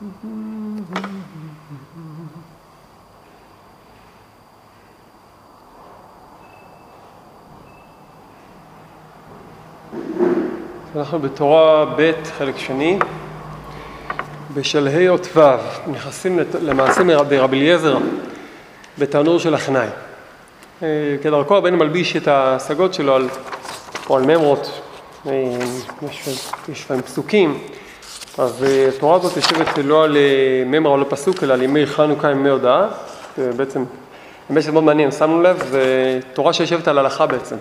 אנחנו בתורה ב' חלק שני, בשלהי אות ו', נכנסים למעשה מרבי אליעזר בתנור של הכנאי. כדרכו הבן מלביש את ההשגות שלו על ממרות, יש להם פסוקים, אז התורה הזאת יושבת לא על ממרה או לא פסוק, אלא על ימי חנוכה, ימי הודעה. בעצם, באמת מאוד מעניין, שמנו לב, זה תורה שיושבת על הלכה בעצם.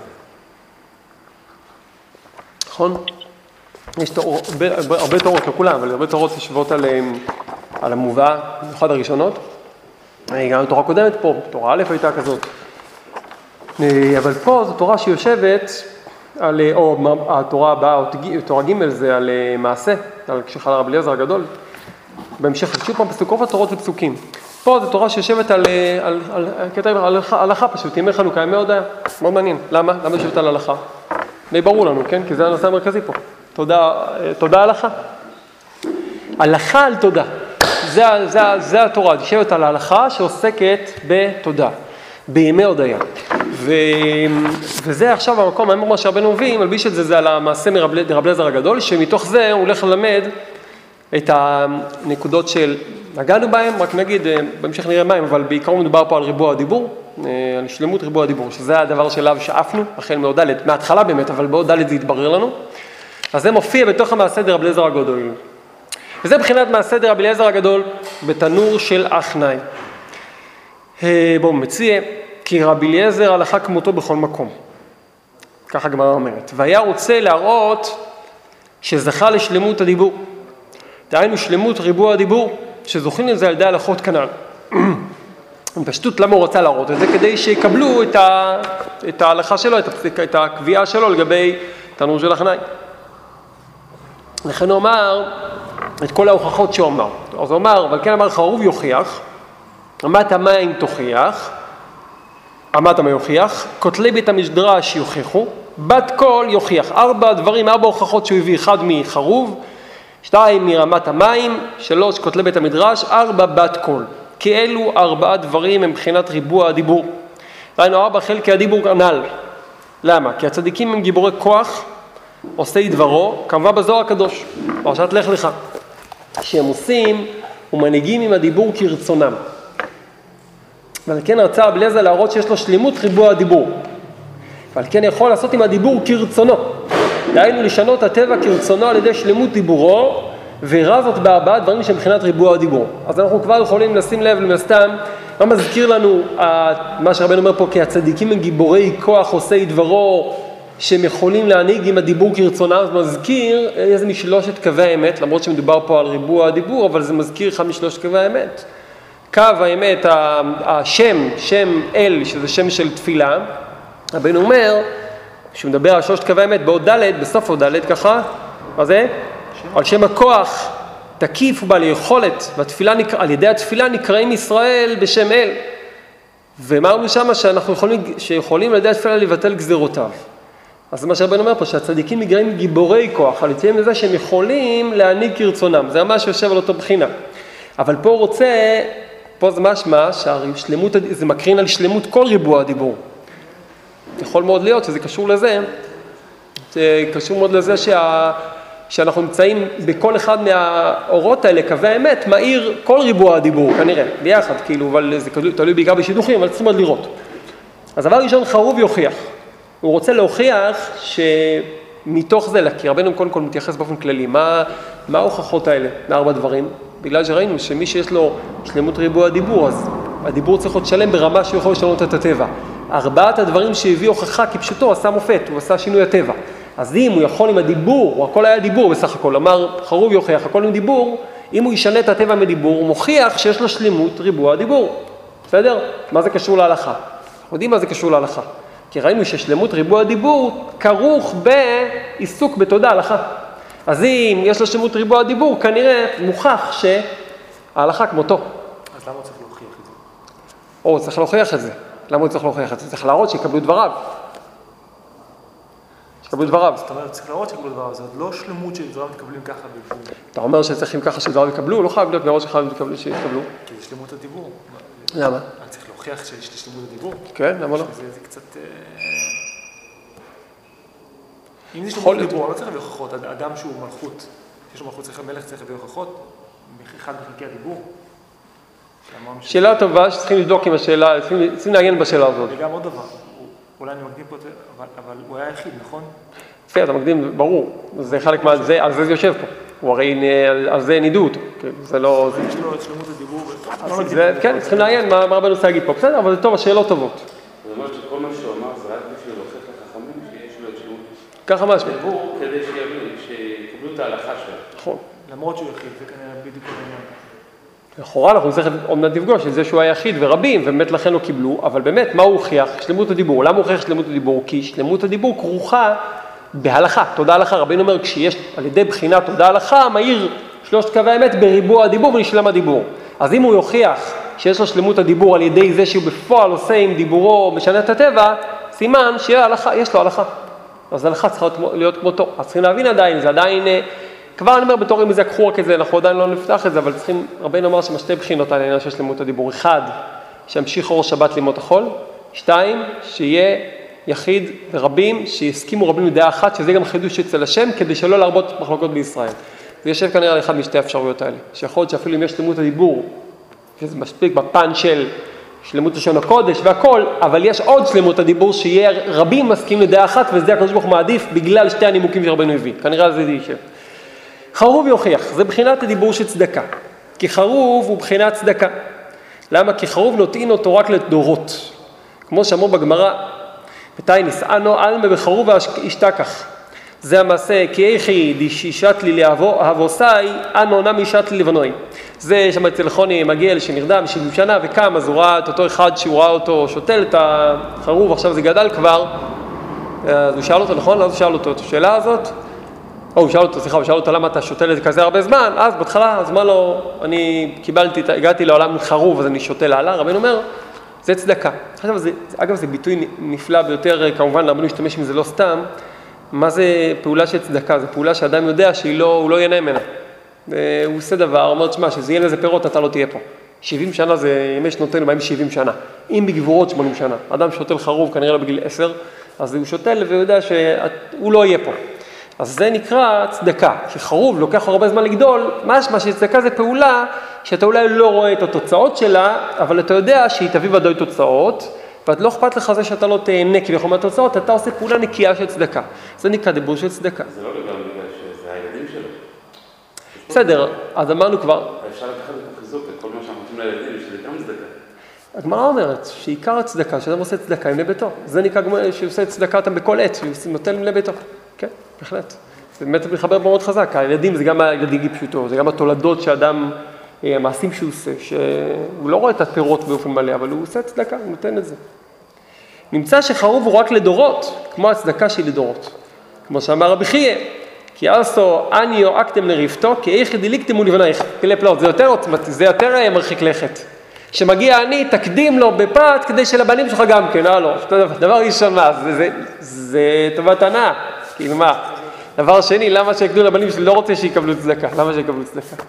נכון? יש הרבה תורות, לא כולם, אבל הרבה תורות יושבות על המובא, במיוחד הראשונות. גם תורה קודמת פה, תורה א' הייתה כזאת. אבל פה זו תורה שיושבת על, או התורה הבאה, תורה ג' זה על מעשה, על כשחל רבי אליעזר הגדול. בהמשך, שוב פעם, רוב התורות ופסוקים. פה זו תורה שיושבת על הלכה פשוט, ימי חנוכה, ימי הודעה. מאוד מעניין. למה? למה יושבת על הלכה? די ברור לנו, כן? כי זה הנושא המרכזי פה. תודה הלכה. הלכה על תודה. זה התורה, יושבת על ההלכה שעוסקת בתודה, בימי הודיה. וזה עכשיו המקום, מה שהרבנו מביא, מלביש את זה, זה על המעשה מרבי אליעזר הגדול, שמתוך זה הוא הולך ללמד את הנקודות של, נגענו בהם, רק נגיד, בהמשך נראה מהם, אבל בעיקרון מדובר פה על ריבוע הדיבור, על שלמות ריבוע הדיבור, שזה הדבר שאליו שאפנו, החל מעוד ד', מההתחלה באמת, אבל בעוד ד' זה יתברר לנו. אז זה מופיע בתוך המעשה רבי אליעזר הגדול. וזה בחינת מעשה רבי אליעזר הגדול בתנור של הכנאי. בואו מציע, כי רבי אליעזר הלכה כמותו בכל מקום. ככה הגמרא אומרת. והיה רוצה להראות שזכה לשלמות הדיבור. דהיינו שלמות ריבוע הדיבור, שזוכים לזה על ידי הלכות כנ"ל. בפשטות, למה הוא רצה להראות את זה? כדי שיקבלו את ההלכה שלו, את הקביעה שלו לגבי תנור של הכנאי. לכן הוא אמר את כל ההוכחות שהוא אמר. אז הוא אמר, אבל כן אמר חרוב יוכיח, אמת המים תוכיח, אמת המים יוכיח, כותלי בית המדרש יוכיחו, בת קול יוכיח. 4 הוכחות שהוא הביא, 1 מחרוב, 2 מרמת המים, 3 כותלי בית המדרש, 4 בת קול. כי אלו 4 דברים הם מבחינת ריבוע הדיבור. ראינו 4 חלקי הדיבור כנ"ל. למה? כי הצדיקים הם גיבורי כוח, עושי דברו, כמובן בזוהר הקדוש, פרשת לך לך, שהם עושים ומנהיגים עם הדיבור כרצונם. ועל כן רצה רבי אליעזר להראות שיש לו שלמות ריבוע הדיבור. ועל כן יכול לעשות עם הדיבור כרצונו. דהיינו לשנות הטבע כרצונו על ידי שלמות דיבורו, והראה זאת ב4 דברים שמבחינת ריבוע הדיבור. אז אנחנו כבר יכולים לשים לב למסתם, מה מזכיר לנו מה שרבנו אומר פה, כי הצדיקים הם גיבורי כוח עושי דברו, שהם יכולים להנהיג עם הדיבור כרצונם. זה מזכיר איזה משלושת קווי האמת, למרות שמדובר פה על ריבוע הדיבור, אבל זה מזכיר אחד משלושת קווי האמת. קו האמת, שם אל, שזה שם של תפילה, רבנו אומר, שהוא מדבר על 3 קווי האמת, בעוד ד', בסוף עוד ד' ככה, מה זה? על שם הכוח, תקיף ובעל יכולת, על ידי התפילה נקראים ישראל בשם אל. ואמרנו שמה שאנחנו יכולים על ידי התפילה לבטל גזירותיו. אז זה מה שהרבנו אומר פה, שהצדיקים נקראים גיבורי כוח, על ידי זה שהם יכולים להנהיג כרצונם. זה ממש יושב על אותו בחינה. אבל פה רוצה, פה זה משמע שהשלמות, זה מקרין על שלמות כל ריבוע הדיבור. יכול מאוד להיות שזה קשור לזה, זה קשור מאוד לזה שאנחנו נמצאים בכל אחד מהאורות האלה, קווי האמת, מאיר כל ריבוע הדיבור, כנראה, ביחד, כאילו, אבל זה תלוי בעיקר בשידוכים, אבל צריכים עוד לראות. אז דבר ראשון, חרוב יוכיח. הוא רוצה להוכיח שמתוך זה, כי רבנו קודם כל מתייחס באופן כללי, מה ההוכחות האלה, 4 דברים? בגלל שראינו שמי שיש לו שלמות ריבוע הדיבור, אז הדיבור צריך להיות שלם ברמה שיכול לשנות את הטבע. 4 הדברים שהביא הוכחה, כי פשוטו הוא עשה מופת, הוא עשה שינוי הטבע. אז אם הוא יכול עם הדיבור, או הכל היה דיבור בסך הכל, אמר חרוב יוכיח, הכל עם דיבור, אם הוא ישנה את הטבע מדיבור, הוא מוכיח שיש לו שלמות ריבוע הדיבור. בסדר? מה זה קשור להלכה? אנחנו יודעים מה זה קשור להלכה. כי ראינו ששלמות ריבוע הדיבור כרוך בעיסוק בתודה הלכה. אז אם יש לו שלמות ריבוע הדיבור, כנראה מוכח שההלכה כמותו. אז למה הוא צריך להוכיח את זה? הוא צריך להוכיח את זה. למה הוא צריך להוכיח את זה? צריך להראות שיקבלו דבריו. שיקבלו דבריו. זאת אומרת, צריך להראות שיקבלו דבריו, זה עוד לא שלמות שדבריו מתקבלים ככה בפנים. אתה אומר שצריכים ככה שדבריו יקבלו, לא חייב להיות מראש שיתקבלו. כי זה שלמות הדיבור. למה? אני צריך להוכיח שיש לי שלמות הדיבור. כן, למה לא? זה קצת... אם זה שלמות הדיבור, אני לא צריך להביא הוכחות. אדם שהוא מלכות, שיש לו מלכות צריך המלך, צריך להביא הוכחות, אחד מחלקי הדיבור. שאלה טובה שצריכים לבדוק עם השאלה, צריכים לעיין בשאלה הזאת. וגם עוד דבר, אולי אני מקדים פה, אבל הוא היה יחיד, נכון? יפה, אתה מקדים, ברור, זה חלק מה, על זה יושב פה, הוא הרי, על זה נידו אותו, זה לא... יש לו את שלמות הדיבור, כן, צריכים לעיין מה רבנו רוצה להגיד פה, בסדר, אבל זה טוב, השאלות טובות. זאת אומרת שכל מה שהוא אמר זה רק בשביל להוכיח לחכמים שיש לו את שלמות ככה משהו. הדיבור, כדי שיקבלו את ההלכה שלו. נכון. למרות שהוא יחיד, זה כנראה בדיוק העניין. לכאורה אנחנו נצטרך אומנם לפגוש את זה שהוא היה יחיד ורבים, ובאמת לכן לא קיבלו, אבל באמת, מה הוא הוכיח? שלמות הדיבור. למה הוא הוכיח שלמות הדיבור? כי שלמות הדיבור כרוכה בהלכה, תודה הלכה. רבינו אומר, כשיש על ידי בחינת תודה הלכה, מאיר שלושת קווי האמת בריבוע הדיבור ונשלם הדיבור. אז אם הוא יוכיח שיש לו שלמות הדיבור על ידי זה שהוא בפועל עושה עם דיבורו, משנה את הטבע, סימן שיש לו הלכה. אז ההלכה צריכה להיות כמותו. אז צריכים להבין עדיין, זה עדיין... כבר אני אומר, בתור אם זה קחור כזה, אנחנו עדיין לא נפתח את זה, אבל צריכים, רבינו אמר שמשתי בחינות על העניין של שלמות הדיבור. אחד, שימשיך אור שבת לימות החול. 2, שיהיה יחיד ורבים, שיסכימו רבים לדעה אחת, שזה גם חידוש אצל השם, כדי שלא להרבות מחלוקות בישראל. זה יושב כנראה על אחד משתי האפשרויות האלה. שיכול להיות שאפילו אם יש שלמות הדיבור, שזה מספיק בפן של שלמות לשון הקודש והכל, אבל יש עוד שלמות הדיבור שיהיה רבים מסכימים לדעה אחת, וזה הקדוש ברוך הוא מעדיף בגלל שתי הנימוקים שרבנו הביא. כנראה על זה יישב. חרוב יוכיח, זה בחינת הדיבור של צדקה. כי חרוב הוא בחינת צדקה. למה? כי חרוב נוטעין אותו רק לדורות. כמו שאמרו בגמרא, מתי נסענו עלמה בחרוב ואשתכח. זה המעשה, כי איכי דישת לי להבוסי, אנו נמי שת לי לבנוי. זה שם אצל חוני מגיע שנרדם 70 שנה וקם, אז הוא ראה את אותו אחד שהוא ראה אותו שותל את החרוב, עכשיו זה גדל כבר. אז הוא שאל אותו, נכון? אז הוא שאל אותו את השאלה הזאת. הוא שאל אותו למה אתה שותל את זה כזה הרבה זמן, אז בהתחלה, אז מה לא, אני הגעתי לעולם חרוב, אז אני שותל הלאה, רבינו אומר, זה צדקה. אגב, זה ביטוי נפלא ביותר, כמובן, רבינו להשתמש עם זה לא סתם, מה זה פעולה של צדקה? זו פעולה שאדם יודע שהוא לא ייהנה ממנה. הוא עושה דבר, הוא אומר, שמה, שזה יהיה לזה פירות, אתה לא תהיה פה. 70 שנה זה ימי שנותינו, בהם 70 שנה. אם בגבורות 80 שנה. אדם שותל חרוב, כנראה לא בגיל 10, אז הוא שותל ויודע שהוא לא יהיה פה. אז זה נקרא צדקה, כי חרוב לוקח הרבה זמן לגדול, מה שצדקה זה פעולה שאתה אולי לא רואה את התוצאות שלה, אבל אתה יודע שהיא תביא ודאי תוצאות, ואת לא אכפת לך זה שאתה לא תהנה כביכול מהתוצאות, אתה עושה פעולה נקייה של צדקה. זה נקרא דיבור של צדקה. זה לא לגמרי בגלל שזה הילדים שלו. בסדר, אז אמרנו כבר... אפשר לקחת את החיזוק, את כל מה שאנחנו רוצים לילדים, שזה גם צדקה. הגמרא אומרת שעיקר הצדקה, שאדם עושה צדקה עם לביתו. זה נקרא שעושה צדקה אותם בכל עת, שנותן לביתו. כן, בהחלט. זה באמת מתחבר מאוד חזק. הילדים זה גם הילדים פשוטו, זה גם התולדות שאדם, המעשים שהוא עושה, שהוא לא רואה את הפירות באופן מלא, אבל הוא עושה צדקה, הוא נותן את זה. נמצא שחרוב הוא רק לדורות, כמו הצדקה שהיא לדורות. כמו שאמר רבי חייא, כי עשו אני או אקתם לריפתו, כי איך דיליקתם מול לבנייך. פילי פלאות, זה יותר מרחיק לכת. כשמגיע אני, תקדים לו בפת, כדי שלבנים שלך גם כן, לא. דבר ראשון מה, זה טובת הנאה. כאילו מה? דבר שני, למה שיקדו לבנים שלי לא רוצה שיקבלו צדקה? למה שיקבלו צדקה?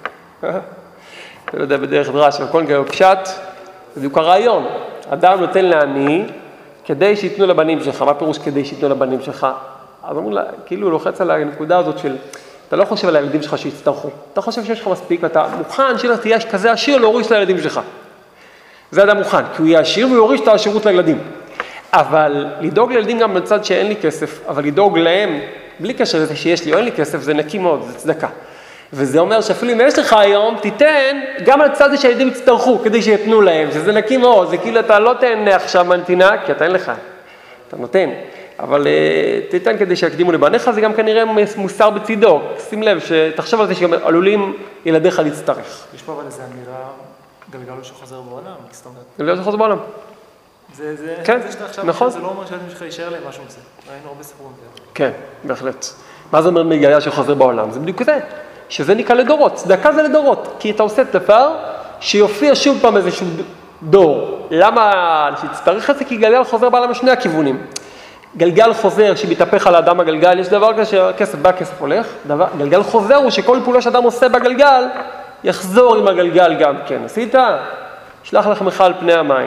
אתה לא יודע, בדרך דרש, אבל כל כך פשט, זה הוא כרעיון. אדם נותן לעני, כדי שיתנו לבנים שלך. מה פירוש כדי שיתנו לבנים שלך? אז אמרו לה, כאילו הוא לוחץ על הנקודה הזאת של, אתה לא חושב על הילדים שלך שיצטרכו. אתה חושב שיש לך מספיק, ואתה מוכן שאתה תהיה כזה עשיר להוריש לילדים שלך. זה אדם מוכן, כי הוא יהיה עשיר ויוריש את העשירות לילדים. אבל לדאוג לילדים גם בצד שאין לי כסף, אבל לדאוג להם, בלי קשר לזה שיש לי או אין לי כסף, זה נקי מאוד, זה צדקה. וזה אומר שאפילו אם יש לך היום, תיתן גם על הצד זה שהילדים יצטרכו, כדי שיתנו להם, שזה נקי מאוד, זה כאילו אתה לא תהנה עכשיו מנתינה, כי אתה אין לך, אתה נותן. אבל תיתן כדי שיקדימו לבניך, זה גם כנראה מוסר בצידו. שים לב, שתחשוב על זה שגם עלולים ילדיך להצטרך. יש פה אבל איזו אמירה, גלגל שחוזר בעולם, זאת אומרת. גלגל שחוזר בעולם. כן, נכון. זה לא אומר שהילדים שלך יישאר להם משהו מזה. ראינו הרבה סיפורים כאלה. כן, בהחלט. מה זה אומר מגלגל שחוזר בעולם? זה בדיוק זה, שזה נקרא לדורות. צדקה זה לדורות, כי אתה עושה דבר שיופיע שוב פעם איזשהו דור. למה שתצטרך את זה? כי גלגל חוזר בעולם משני הכיוונים. גלגל חוזר שמתהפך על האדם הגלגל, יש דבר כזה שהכסף בא, כסף הולך, גלגל חוזר הוא שכל פעולה שאדם עושה בגלגל, יחזור עם הגלגל גם כן. עשית? שלח לחמך על פני המים.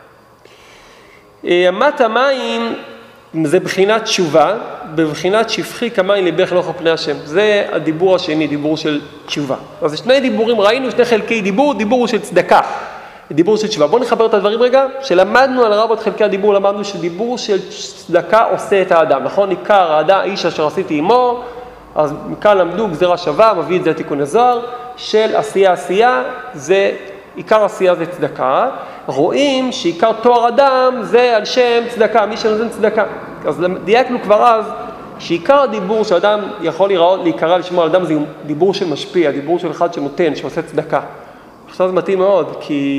אמת המים זה בחינת תשובה, בבחינת שפכי כמים ליבך נוכח פני השם. זה הדיבור השני, דיבור של תשובה. אז שני דיבורים, ראינו שני חלקי דיבור, דיבור של צדקה, דיבור של תשובה. בואו נחבר את הדברים רגע, שלמדנו על רבות חלקי הדיבור, למדנו שדיבור של צדקה עושה את האדם, נכון? עיקר האדם, האיש אשר עשיתי עמו, אז מכאן למדו גזירה שווה, מביא את זה תיקון הזוהר, של עשייה, זה, עיקר עשייה זה צדקה, רואים שעיקר תואר אדם זה על שם צדקה, מי שנותן צדקה. אז דייקנו כבר אז, שעיקר הדיבור שאדם יכול להיקרא לשמוע על אדם זה דיבור שמשפיע, דיבור של אחד שנותן, שעושה צדקה. עכשיו זה מתאים מאוד,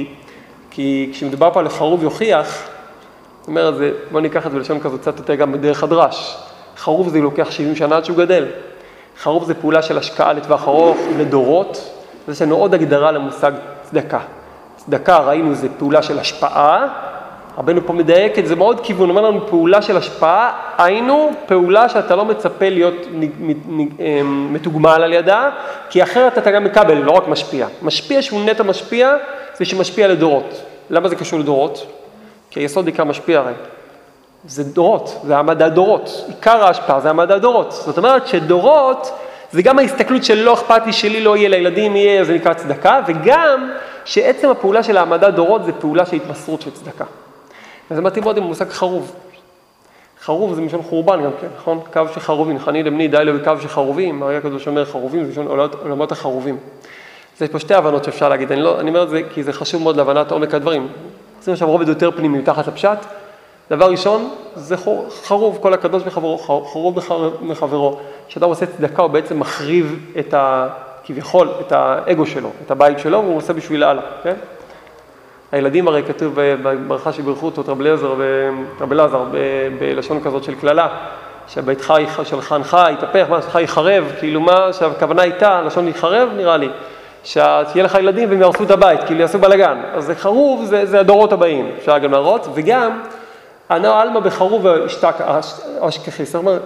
כי כשמדובר פה על חרוב יוכיח, זאת אומרת, בוא ניקח את זה לשון כזו קצת יותר גם בדרך הדרש. חרוב זה לוקח 70 שנה עד שהוא גדל. חרוב זה פעולה של השקעה לטווח ארוך, לדורות. יש לנו עוד הגדרה למושג צדקה. צדקה, ראינו, זה פעולה של השפעה. רבנו פה מדייק את זה מאוד כיוון, אומר לנו פעולה של השפעה, היינו פעולה שאתה לא מצפה להיות מתוגמל על ידה, כי אחרת אתה גם מקבל, לא רק משפיע. משפיע שהוא נטע משפיע, זה שמשפיע לדורות. למה זה קשור לדורות? כי היסוד עיקר משפיע הרי. זה דורות, זה המדע דורות. עיקר ההשפעה זה המדע דורות. זאת אומרת שדורות זה גם ההסתכלות של לא אכפת לי שלי לא יהיה, לילדים יהיה, זה נקרא צדקה, וגם שעצם הפעולה של המדע דורות זה פעולה של התמסרות של צדקה. וזה מתאים מאוד עם המושג חרוב. חרוב זה משון חורבן גם כן, נכון? קו של חרובים, חני לבני די לו בקו של חרובים, הרי הקדוש אומר חרובים, זה משון עולמות החרובים. זה פה שתי הבנות שאפשר להגיד, אני אומר את זה כי זה חשוב מאוד להבנת עומק הדברים. עושים עכשיו רובד יותר פנימי מתחת לפשט. דבר ראשון, זה חרוב, כל הקדוש מחברו, חרוב מחברו. כשאדם עושה צדקה, הוא בעצם מחריב כביכול, את האגו שלו, את הבית שלו, והוא עושה בשביל הלאה, כן? הילדים הרי כתוב בברכה שברכו אותו, רב אלעזר, בלשון כזאת של כללה, שביתך של חנך יתהפך, מה שלך יחרב, כאילו מה שהכוונה הייתה, לשון יחרב נראה לי, שיהיה לך ילדים והם ירסו את הבית, כאילו יעשו בלגן. אז זה חרוב, זה הדורות הבאים, אפשר גם להראות, וגם, הנאו אלמה בחרוב אשכחי, זאת אומרת,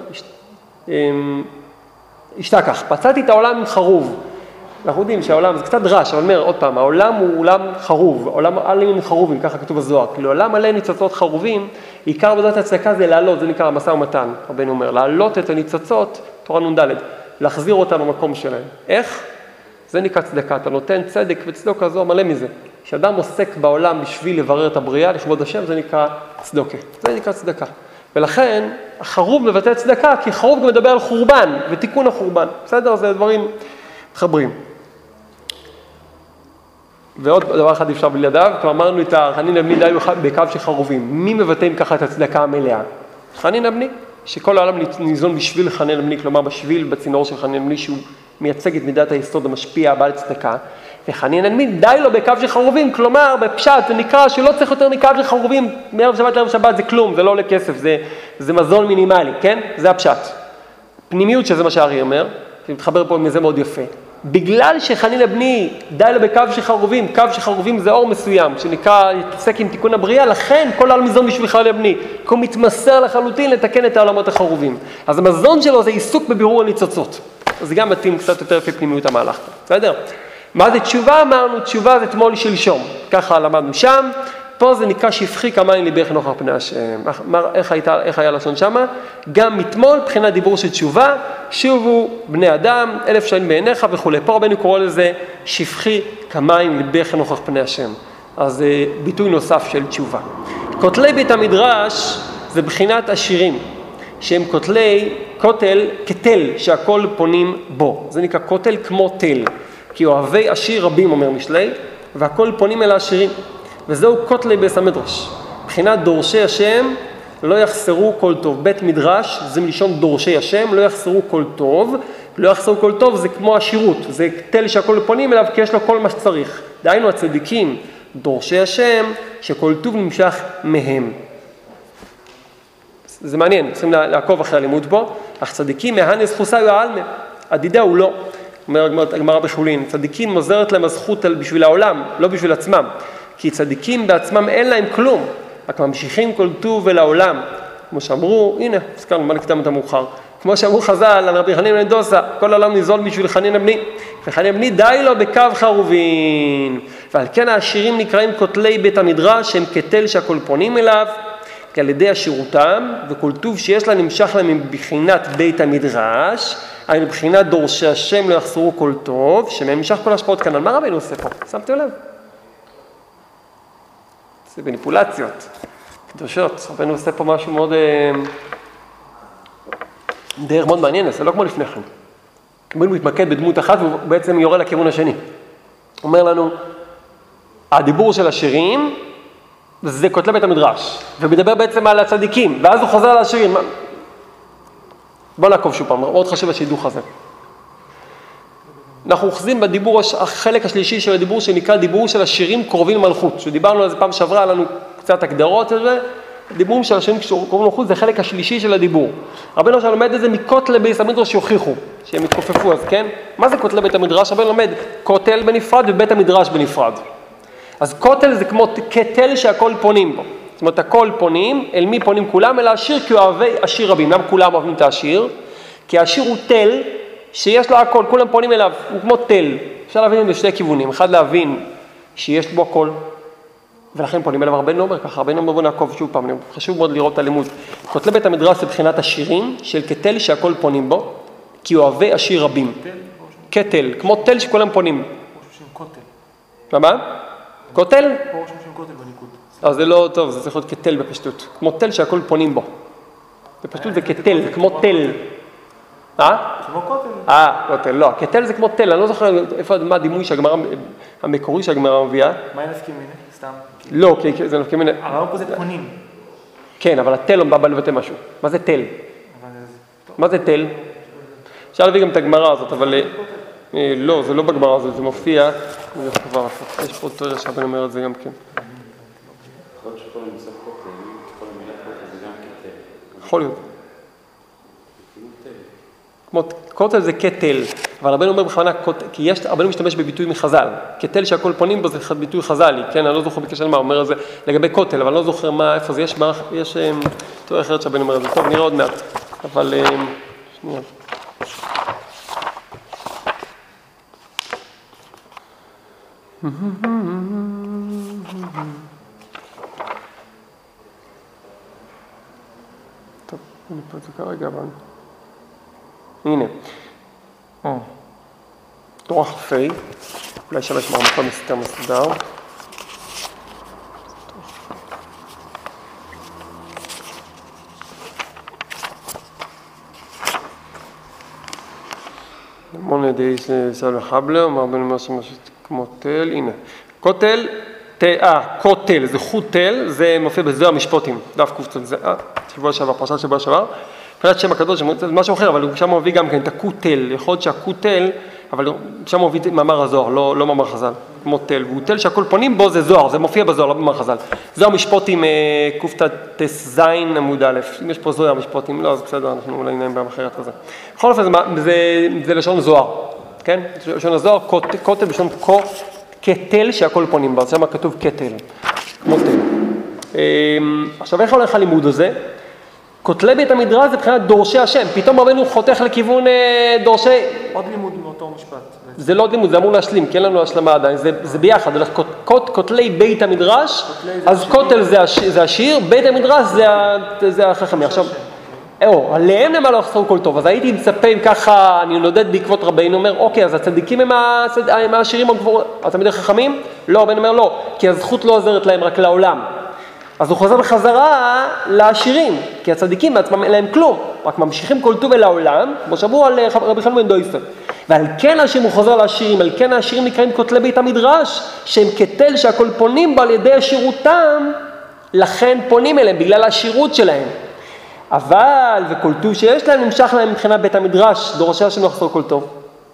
השתכח, פצעתי את העולם עם חרוב. אנחנו יודעים שהעולם, זה קצת דרש, אבל אומר עוד פעם, העולם הוא עולם חרוב, העולם עליהם חרובים, ככה כתוב בזוהר, כאילו העולם עליהם ניצוצות חרובים, עיקר עבודת הצדקה זה לעלות, זה נקרא המשא ומתן, רבנו אומר, לעלות את הניצוצות, תורה נ"ד, להחזיר אותם במקום שלהם. איך? זה נקרא צדקה, אתה נותן צדק וצדוק הזו מלא מזה. כשאדם עוסק בעולם בשביל לברר את הבריאה, לכבוד השם, זה נקרא צדוקה, זה נקרא צדקה. ולכן, החרוב מבטא צדקה, כי חרוב גם מדבר על חורבן ותיקון החורבן. בסדר? זה דברים מתחברים. ועוד דבר אחד אפשר בלעדיו, כבר אמרנו את חנין לבני די בקו של חרובים. מי מבטאים ככה את הצדקה המלאה? חנין לבני, שכל העולם ניזון בשביל חנין לבני, כלומר בשביל בצינור של חנין לבני, שהוא מייצג את מידת היסוד המשפיע הבעל צדקה. וחנין לבני די לו בקו של חרובים, כלומר בפשט זה נקרא שלא צריך יותר מקו של חרובים, מערב שבת לערב שבת זה כלום, זה לא עולה כסף, זה מזון מינימלי, כן? זה הפשט. פנימיות שזה מה שהארי אומר, שמתחבר פה עם זה מאוד יפה. בגלל שחנין לבני די לו בקו של חרובים, קו של חרובים זה אור מסוים, שנקרא יתעסק עם תיקון הבריאה, לכן כל העולם מזון בשביל חנין לבני, כי הוא מתמסר לחלוטין לתקן את העולמות החרובים. אז המזון שלו זה עיסוק בבירור הניצוצות. אז זה גם מתאים קצת יותר לפי פנימיות המהלך. בסדר? מה זה תשובה? אמרנו, תשובה זה תמול שלשום. ככה למדנו שם. פה זה נקרא שפכי כמים ליבך נוכח פני השם. איך היה לשון שמה? גם מתמול, בחינת דיבור של תשובה, שובו בני אדם, 1000 שנים בעיניך וכו'. פה רבנו קורא לזה שפכי כמים ליבך נוכח פני השם. אז זה ביטוי נוסף של תשובה. כותלי בית המדרש זה בחינת עשירים, שהם כותל כתל שהכל פונים בו. זה נקרא כותל כמו תל. כי אוהבי עשיר רבים, אומר משלי, והכל פונים אל העשירים. וזהו כותלי בית המדרש. מבחינת דורשי השם, לא יחסרו כל טוב. בית מדרש, זה מלשון דורשי השם, לא יחסרו כל טוב. לא יחסרו כל טוב, זה כמו עשירות. זה תל שהכל פונים אליו, כי יש לו כל מה שצריך. דהיינו הצדיקים, דורשי השם, שכל טוב נמשך מהם. זה מעניין, צריכים לעקוב אחרי הלימוד פה. אך צדיקים מהנס חוסאי העלמה. עדידה הוא לא. אומרת הגמרא בחולין, צדיקים מוזרת להם הזכות בשביל העולם, לא בשביל עצמם. כי צדיקים בעצמם אין להם כלום, רק ממשיכים כל טוב אל העולם. כמו שאמרו, הנה, הזכרנו, מה נקדם את המאוחר. כמו שאמרו חז"ל על רבי חנינא בן דוסא, כל העולם ניזול בשביל חנינא בני. וחנינא בני די לו בקו חרובין. ועל כן העשירים נקראים כותלי בית המדרש, שהם כתל שהכל פונים אליו, כי על ידי עשירותם, וכל טוב שיש לה נמשך להם מבחינת בית המדרש, היינו מבחינת דורשי השם לא יחסרו כל טוב, שמהם נמשך כל השפעות כאן. על מה רבינו עושה פה? שמתם לב? זה בניפולציות, קדושות. רבינו עושה פה משהו מאוד... דרך מאוד מעניין, זה לא כמו לפני כן. הוא מתמקד בדמות אחת והוא בעצם יורה לכיוון השני. הוא אומר לנו, הדיבור של השירים זה כותלי בית המדרש, ומדבר בעצם על הצדיקים, ואז הוא חוזר על השירים. בואו נעקוב שוב פעם, מאוד חשוב השידוך הזה. אנחנו אוחזים בדיבור, החלק השלישי של הדיבור שנקרא דיבור של השירים קרובים למלכות, שדיברנו על זה פעם שעברה, לנו קצת הגדרות על זה, דיבורים של השירים קרובים למלכות זה החלק השלישי של הדיבור. רבנו שם לומד את זה מכותלי בית המדרש שיוכיחו, שהם התכופפו אז, כן? מה זה כותלי בית המדרש? רבנו לומד כותל בנפרד ובית המדרש בנפרד. אז כותל זה כמו כתל שהכל פונים בו. זאת אומרת, הכל פונים, אל מי פונים כולם? אל העשיר כי אוהבי עשיר רבים. למה כולם אוהבים את העשיר? כי העשיר הוא תל שיש לו הכל, כולם פונים אליו, הוא כמו תל. אפשר להבין בשני כיוונים. אחד להבין שיש בו הכל, ולכן פונים אליו. רבנו אומר ככה, רבנו אומר בוא נעקוב שוב פעם, חשוב מאוד לראות את הלימוד. כותלי בית המדרש זה בחינת השירים של כתל שהכל פונים בו, כי אוהבי עשיר רבים. כתל, כמו תל שכולם פונים. למה? כותל? פה רושם שם כותל בניקוד. אז זה לא טוב, זה צריך להיות כתל בפשטות. כמו תל שהכל פונים בו. בפשטות זה כתל, זה כמו תל. כמו כותל. כותל, לא. כתל זה כמו תל, אני לא זוכר מה הדימוי המקורי שהגמרא מביאה. מה אין נפקים מיני? סתם. לא, כי זה נפקים מיני. הרעיון פה זה פונים. כן, אבל התל לא בא לבטא משהו. מה זה תל? מה זה תל? אפשר להביא גם את הגמרא הזאת, אבל לא, זה לא בגמרא הזאת, זה מופיע. יש פה תיאוריה שהבן אומר את זה גם כן. יכול להיות שכל המושג כותל, כל המילה כותל זה גם כתל. יכול להיות. כמו כותל זה כתל, אבל הבן אומר בכוונה כותל, כי הבן משתמש בביטוי מחז"ל. כתל שהכל פונים בו זה ביטוי חז"לי, כן? אני לא זוכר בקשר למה, הוא אומר את זה לגבי כותל, אבל אני לא זוכר איפה זה, יש תיאוריה אחרת שהבן אומר את זה. טוב, נראה עוד מעט, אבל שנייה. טוב, אני פה את זה כרגע, אבל... הנה. תורה חפי, אולי שלוש מרמקון מסתר מסודר. מונה די סלו חבלה, אומר בן אומר שמשהו כמו תל, הנה. כותל, כותל, זה חוט תל, זה מופיע בזוהר המשפטים, דף קופצות, זה, שבוע שעבר, פרשת שבוע שעבר. מבחינת שם הקדוש, זה משהו אחר, אבל הוא שם מביא גם כן את הכותל, יכול להיות שהכותל, אבל שם מביא מאמר הזוהר, לא מאמר חז"ל, כמו תל, והוא תל שהכל פונים בו זה זוהר, זה מופיע בזוהר, לא במאמר חז"ל. זוהר משפטים קט"ז עמוד א', אם יש פה זוהר משפטים, לא, אז בסדר, אנחנו אולי נעים פעם אחרת כזה. בכל אופן, זה לשון זוהר, כן? לשון הזוהר, כותל בשון כתל שהכל פונים בו, שם כתוב כתל, כמו תל. עכשיו, איך הולך הלימוד הזה? כותלי בית המדרש זה מבחינת דורשי השם, פתאום רבנו חותך לכיוון דורשי... עוד לימוד מאותו משפט. זה לא עוד לימוד, זה אמור להשלים, כי אין לנו השלמה עדיין, זה ביחד, כותלי בית המדרש, אז כותל זה השיר, בית המדרש זה החכמי. עכשיו, עליהם למה לא יחסרו כל טוב, אז הייתי מצפה אם ככה, אני נודד בעקבות רבינו, אומר, אוקיי, אז הצדיקים הם השירים התלמידי חכמים? לא, רבינו אומר לא, כי הזכות לא עוזרת להם רק לעולם. אז הוא חוזר בחזרה לעשירים, כי הצדיקים בעצמם אין להם כלום, רק ממשיכים כל טוב אל העולם, כמו שאמרו על רבי חנינא בן דוסא. ועל כן הוא חוזר לעשירים, על כן העשירים נקראים כותלי בית המדרש, שהם כתל שהכל פונים בו על ידי עשירותם, לכן פונים אליהם, בגלל העשירות שלהם. אבל, וכל טוב שיש להם, נמשך להם מבחינת בית המדרש, דורשי השם לא יחסור כל טוב.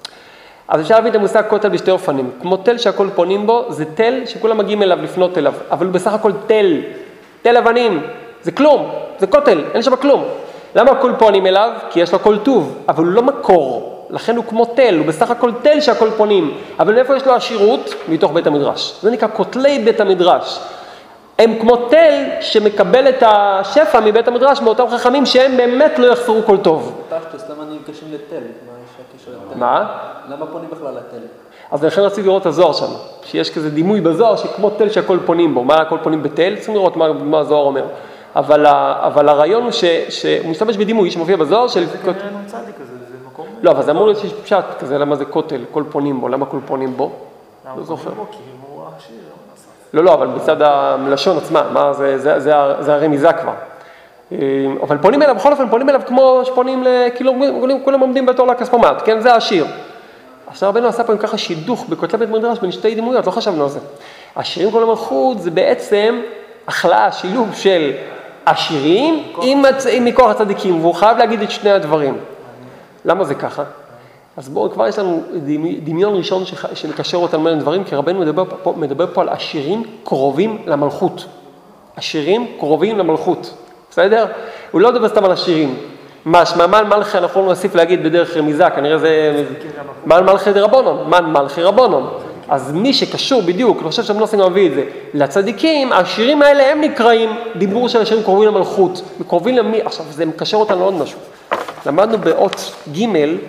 אז אפשר להביא את המושג כותל בשתי אופנים. כמו תל שהכל פונים בו, זה תל שכולם מגיעים אליו לפנות אליו, אבל הוא בסך הכל תל אבנים, זה כלום, זה כותל, אין שם כלום. למה הכל פונים אליו? כי יש לו כל טוב, אבל הוא לא מקור, לכן הוא כמו תל, הוא בסך הכל תל שהכל פונים, אבל מאיפה יש לו עשירות? מתוך בית המדרש. זה נקרא כותלי בית המדרש. הם כמו תל שמקבל את השפע מבית המדרש מאותם חכמים שהם באמת לא יחסרו כל טוב. פשטוס, למה נפגשים לתל? מה יש הקשר לתל? מה? למה פונים בכלל לתל? אז לכן רציתי לראות את הזוהר שם, שיש כזה דימוי בזוהר שכמו תל שהכל פונים בו. מה הכל פונים בתל? צריכים לראות מה הזוהר אומר. אבל הרעיון הוא שהוא משתמש בדימוי שמופיע בזוהר של... זה כנראה צדיק כזה, זה מקום... לא, אבל זה אמור להיות שיש פשט כזה, למה זה כותל, כל פונים בו, למה כל פונים בו? לא זוכר. כי הוא עשיר, לא, אבל בצד הלשון עצמה, מה, זה הרמיזה כבר. אבל פונים אליו, בכל אופן פונים אליו כמו שפונים, כאילו כולם עומדים בתור לכספומט, כן, זה העשיר. עכשיו רבנו עשה פה עם ככה שידוך בכותלי בית מדרש בין שתי דמויות, לא חשבנו על זה. השירים כל המלכות זה בעצם החלאה, שילוב של עשירים עם מכוח הצדיקים, והוא חייב להגיד את שני הדברים. למה זה ככה? אז בואו, כבר יש לנו דמיון ראשון שמקשר אותנו בין דברים, כי רבנו מדבר פה על עשירים קרובים למלכות. עשירים קרובים למלכות, בסדר? הוא לא מדבר סתם על עשירים. מן מלכי אנחנו נוסיף להגיד בדרך רמיזה, כנראה זה מן מלכי דרבנן, מן מלכי רבנן. אז מי שקשור בדיוק, אני חושב שהמנוסי גם מביא את זה, לצדיקים, העשירים האלה הם נקראים דיבור של עשירים קרובים למלכות. קרובים למי? עכשיו, זה מקשר אותנו לעוד משהו. למדנו באות ג'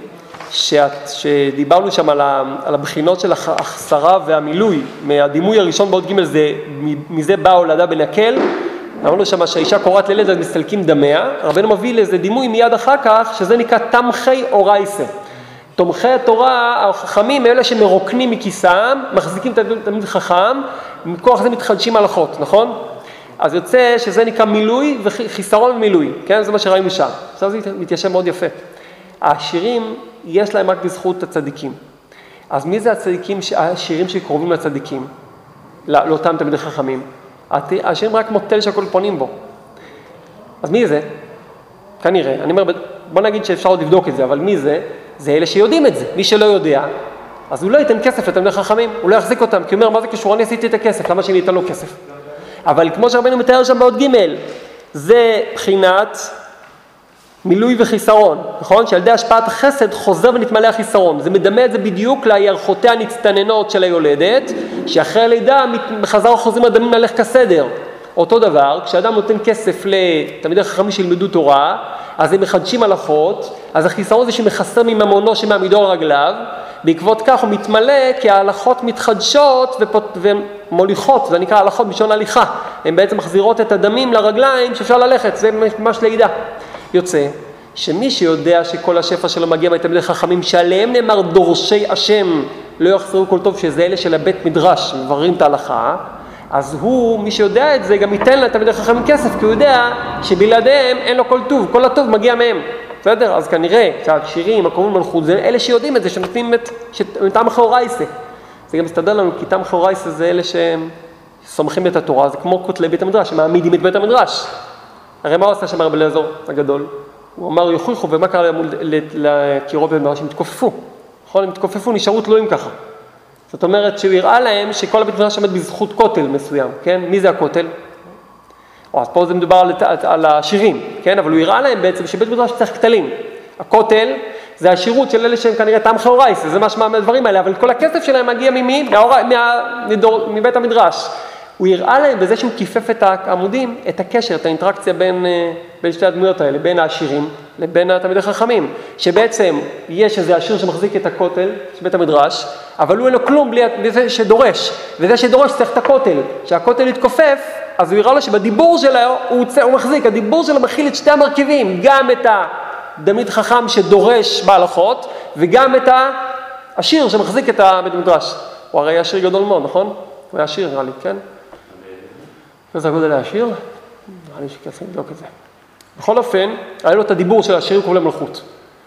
שדיברנו שם על הבחינות של החסרה והמילוי, מהדימוי הראשון באות ג' זה, מזה באה הולדה בנקל, אמרנו שם שהאישה קוראת לילד אז מסתלקים דמיה, רבנו מביא לזה דימוי מיד אחר כך, שזה נקרא תמכי אורייסה. תומכי התורה, החכמים, אלה שמרוקנים מכיסם, מחזיקים תלמיד חכם, מכוח זה מתחדשים הלכות, נכון? אז יוצא שזה נקרא מילוי וחיסרון ומילוי, כן? זה מה שראינו שם. עכשיו זה מתיישב מאוד יפה. העשירים, יש להם רק בזכות הצדיקים. אז מי זה הצדיקים, העשירים שקרובים לצדיקים? לאותם תלמידי חכמים. העשירים רק כמו תל שהכל פונים בו. אז מי זה? כנראה. אני אומר, בוא נגיד שאפשר עוד לבדוק את זה, אבל מי זה? זה אלה שיודעים את זה. מי שלא יודע, אז הוא לא ייתן כסף לתלמידי חכמים, הוא לא יחזיק אותם, כי הוא אומר, מה זה קשור? אני עשיתי את הכסף, למה שאני אתן לו כסף? אבל כמו שהרבנו מתאר שם בעוד ג' זה בחינת מילוי וחיסרון, נכון? שעל ידי השפעת החסד חוזר ונתמלא החיסרון. זה מדמה את זה בדיוק לירחותיה הנצטננות של היולדת, שאחרי הלידה בחזר חוזרים הדמים להלך כסדר. אותו דבר, כשאדם נותן כסף לתלמידי חכמים שילמדו תורה, אז הם מחדשים הלכות, אז החיסרון זה שמחסר מממונו שמעמידו על רגליו, בעקבות כך הוא מתמלא כי ההלכות מתחדשות ומוליכות, זה נקרא הלכות בשעון הליכה, הן בעצם מחזירות את הדמים לרגליים שאפשר ללכת, זה ממש לידה. יוצא שמי שיודע שכל השפע שלו מגיע מתלמידי חכמים שעליהם נאמר דורשי השם לא יחסרו כל טוב, שזה אלה של הבית מדרש מבררים את ההלכה, אז הוא, מי שיודע את זה, גם ייתן לתלמידי חכמים כסף, כי הוא יודע שבלעדיהם אין לו כל טוב, כל הטוב מגיע מהם. בסדר? אז כנראה שהשירים, הקרובים למלכות, זה אלה שיודעים את זה, שנותנים את תמכי אורייסה. זה גם מסתדר לנו, כי תמכי אורייסה זה אלה שסומכים את התורה, זה כמו כותלי בית המדרש, שמעמידים את בית המדרש. הרי מה הוא עשה שם רבי אליעזר הגדול? הוא אמר, יוכיחו, ומה קרה לקירות בית המדרש? הם התכופפו. נכון? הם התכופפו, נשארו תלויים ככה. זאת אומרת שהוא הראה להם שכל הבית מדרש עומד בזכות כותל מסוים, כן? מי זה הכותל? אז פה זה מדובר על השירים, כן? אבל הוא הראה להם בעצם שבית מדרש צריך כתלים. הכותל זה השירות של אלה שהם כנראה תמכי אורייסה, זה משמע מהדברים האלה, אבל כל הכסף שלהם מגיע ממי? מבית המדרש. הוא הראה להם בזה שהוא כיפף את העמודים, את הקשר, את האינטראקציה בין שתי הדמויות האלה, בין העשירים לבין התלמידי חכמים, שבעצם יש איזה עשיר שמחזיק את הכותל, בית המדרש, אבל הוא אין לו כלום בלי זה שדורש, וזה שדורש צריך את הכותל, שהכותל יתכופף, אז הוא יראה לו שבדיבור שלו הוא מחזיק, הדיבור שלו מכיל את שתי המרכיבים, גם את התלמיד חכם שדורש בהלכות, וגם את העשיר שמחזיק את בית המדרש. הוא הרי עשיר גדול מאוד, נכון? הוא היה עשיר, נראה לי, כן? איזה הגודל העשיר? נראה לי שכסים לבדוק את זה. בכל אופן, היה לו את הדיבור של העשיר קוראים למלכות.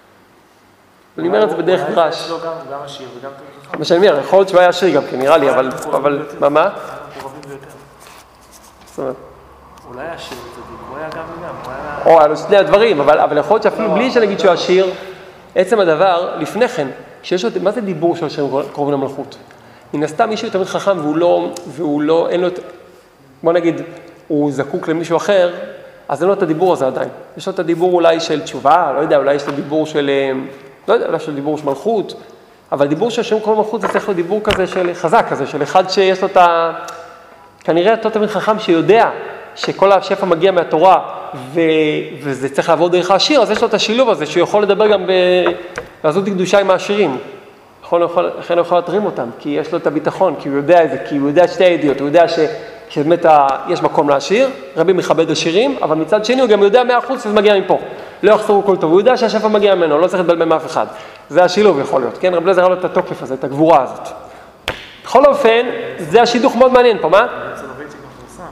אני אומר את זה בדרך דרש. יש לו גם עשיר וגם תלמיד חכם. מה שאני אומר, יכול להיות שהוא היה עשיר גם כן, נראה לי, אבל מה? קרובים ביותר. זאת אומרת. אולי עשיר וצדיק, הוא היה גם וגם, או, היה לו שני הדברים, אבל יכול להיות שאפילו בלי שנגיד שהוא עשיר, עצם הדבר, לפני כן, שיש לו, מה זה דיבור של עשיר קרובים למלכות? מן הסתם מישהו תלמיד חכם והוא לא, אין לו, בוא נגיד, הוא זקוק למישהו אחר, אז אין לו את הדיבור הזה עדיין. יש לו את הדיבור אולי של תשובה, לא יודע, אולי יש לו דיבור של, לא יודע, אולי יש לו דיבור של מלכות, אבל דיבור של שם כל מלכות זה צריך לו דיבור כזה של חזק כזה, של אחד שיש לו כנראה אותו תלמיד חכם שיודע שכל השפע מגיע מהתורה, וזה צריך לעבור דרך העשיר, אז יש לו את השילוב הזה, שהוא יכול לדבר גם לעשות קדושה עם העשירים. לכן הוא יכול להתרים אותם, כי יש לו את הביטחון, כי הוא יודע את זה, כי הוא יודע את שתי הידיעות, הוא יודע שבאמת יש מקום לעשיר, רבי מכבד עשירים, אבל מצד שני הוא גם יודע 100% שזה מגיע מפה. לא יחסרו כל טוב, הוא יודע שהשפע מגיע ממנו, לא צריך לדבר מאף אחד. זה השילוב יכול להיות, כן? רבי אליעזר היה לו את התוקף הזה, את הגבורה הזאת. בכל אופן, זה השידוך מאוד מעניין פה, מה? אצל רביצ'יק מפורסם,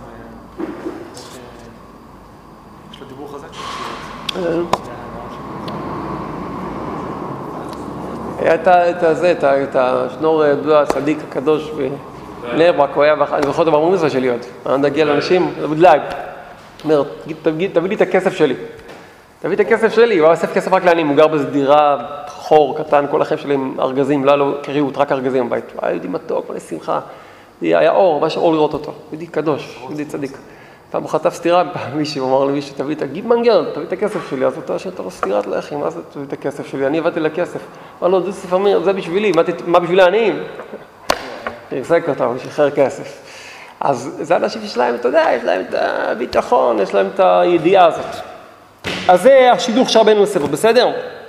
יש לו דיבור חזק. היה את השנור הצדיק הקדוש בבני ברק, הוא היה, אני זוכר אותו במוזרה שלי עוד, אני נגיע לאנשים, זה בודלג, אומר, תביא לי את הכסף שלי, תביא את הכסף שלי, הוא היה אוסף כסף רק לעניים, הוא גר באיזו דירה, חור קטן, כל החיים שלי עם ארגזים, לא היה לו קריאות, רק ארגזים בבית, הוא היה יהודי מתוק, מלא שמחה, היה אור, ממש אור לראות אותו, יהודי קדוש, יהודי צדיק. פעם הוא חטף סתירה, פעם מישהו אמר למישהו, תביא את הגיבמנגר, תביא את הכסף שלי, אז אתה שאתה לא סתירת לחי, מה זה תביא את הכסף שלי? אני הבאתי לכסף. אמר לו, זה ספר אמיר, זה בשבילי, מה בשבילי העניים? תרסק אותם, הוא שחרר כסף. אז זה אנשים שיש להם, אתה יודע, יש להם את הביטחון, יש להם את הידיעה הזאת. אז זה השידוך שרבנו עושה בו, בסדר?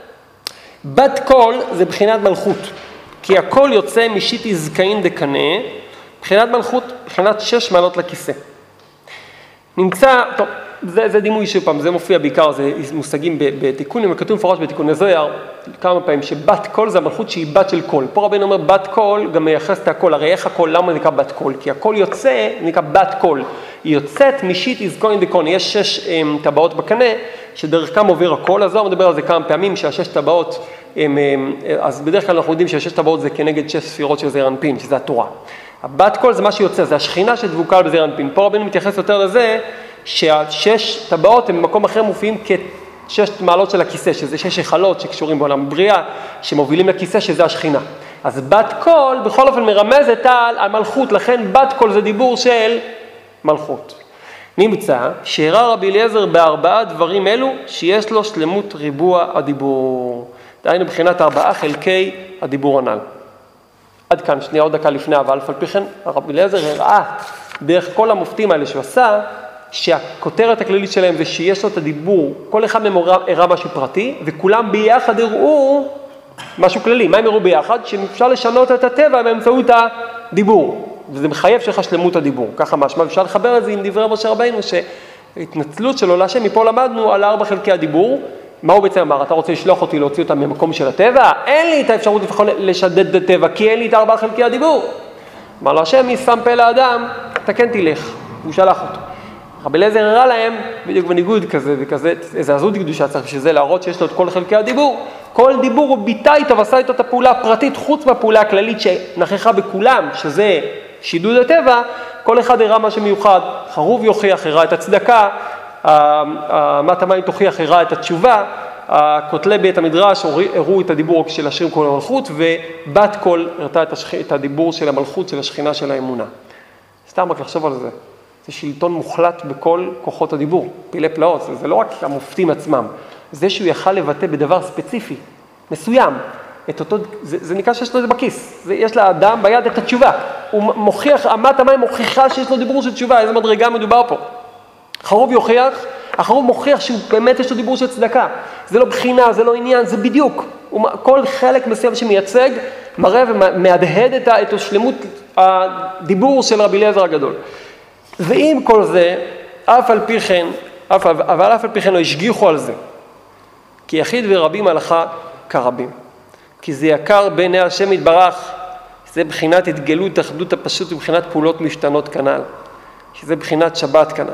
בת קול זה בחינת מלכות, כי הכל יוצא משיטי זקאין דקנה, בחינת מלכות, בחינת 6 מעלות לכיסא. נמצא, טוב, זה דימוי שפעם, זה מופיע בעיקר, זה מושגים בתיקונים, כתוב מפורש בתיקוני זוהר, כמה פעמים, שבת קול זה המלכות שהיא בת של קול. פה רבינו אומר בת קול, גם מייחס את הקול, הרי איך הקול, למה זה נקרא בת קול? כי הקול יוצא, נקרא בת קול, היא יוצאת משיט איזקוין דקון, יש 6 טבעות בקנה, שדרכם עובר הקול, אז לא מדבר על זה כמה פעמים, שה6 טבעות, אז בדרך כלל אנחנו יודעים שה6 טבעות זה כנגד 6 ספירות של זעיר אנפין, שזה התורה. הבת קול זה מה שיוצא, זה השכינה שדבוקה על בזעיר אנפין. פה רבינו מתייחס יותר לזה, שה6 טבעות הם במקום אחר מופיעים כ6 מעלות של הכיסא, שזה 6 היכלות שקשורים בעולם בריאה, שמובילים לכיסא שזה השכינה. אז בת קול בכל אופן מרמזת על המלכות, לכן בת קול זה דיבור של מלכות. נמצא שהראה רבי אליעזר ב4 דברים אלו שיש לו שלמות ריבוע הדיבור. דהיינו בחינת 4 חלקי הדיבור הנ"ל. עד כאן, שנייה עוד דקה לפני, אבל אף על פי כן, רבי אליעזר הראה דרך כל המופתים האלה שהוא עשה, שהכותרת הכללית שלהם זה שיש לו את הדיבור, כל אחד מהם הראה משהו פרטי, וכולם ביחד הראו משהו כללי. מה הם הראו ביחד? שאפשר לשנות את הטבע באמצעות הדיבור, וזה מחייב שלך שלמות הדיבור. ככה משמע, אפשר לחבר את זה עם דברי משה רבינו, שההתנצלות שלו להשם, מפה למדנו על 4 חלקי הדיבור. מה הוא בעצם אמר? אתה רוצה לשלוח אותי להוציא אותם ממקום של הטבע? אין לי את האפשרות לפחות לשדד את הטבע, כי אין לי את 4 חלקי הדיבור. אמר לו השם, מי שם פה לאדם, אתה כן תלך. הוא שלח אותו. רבי אליעזר הראה להם, בדיוק בניגוד כזה וכזה, איזה עזות קדושה צריך שזה להראות שיש לו את כל חלקי הדיבור. כל דיבור הוא ביטא איתו ועשה איתו את הפעולה הפרטית, חוץ מהפעולה הכללית שנכחה בכולם, שזה שידוד הטבע, כל אחד הראה מה שמיוחד. חרוב יוכיח, הראה את הצדקה, מת המים תוכיח, הראה את התשובה, כותלי בית המדרש הראו את הדיבור של השם כל המלכות, ובת קול הראתה את הדיבור של המלכות של השכינה של האמונה. סתם רק לחשוב על זה. זה שלטון מוחלט בכל כוחות הדיבור, פילי פלאות, זה לא רק המופתים עצמם, זה שהוא יכל לבטא בדבר ספציפי, מסוים, את אותו, זה נקרא שיש לו את זה בכיס, יש לאדם ביד את התשובה, הוא מוכיח, אמת המים מוכיחה שיש לו דיבור של תשובה, איזה מדרגה מדובר פה. חרוב יוכיח, החרוב מוכיח שהוא באמת יש לו דיבור של צדקה, זה לא בחינה, זה לא עניין, זה בדיוק, כל חלק מסוים שמייצג, מראה ומהדהד את השלמות הדיבור של רבי אליעזר הגדול. ועם כל זה, אף על פי כן לא השגיחו על זה, כי יחיד ורבים הלכה כרבים, כי זה יקר בעיני השם יתברך, זה בחינת התגלות אחדות הפשוט ובחינת פעולות משתנות כנ"ל, שזה בחינת שבת כנ"ל,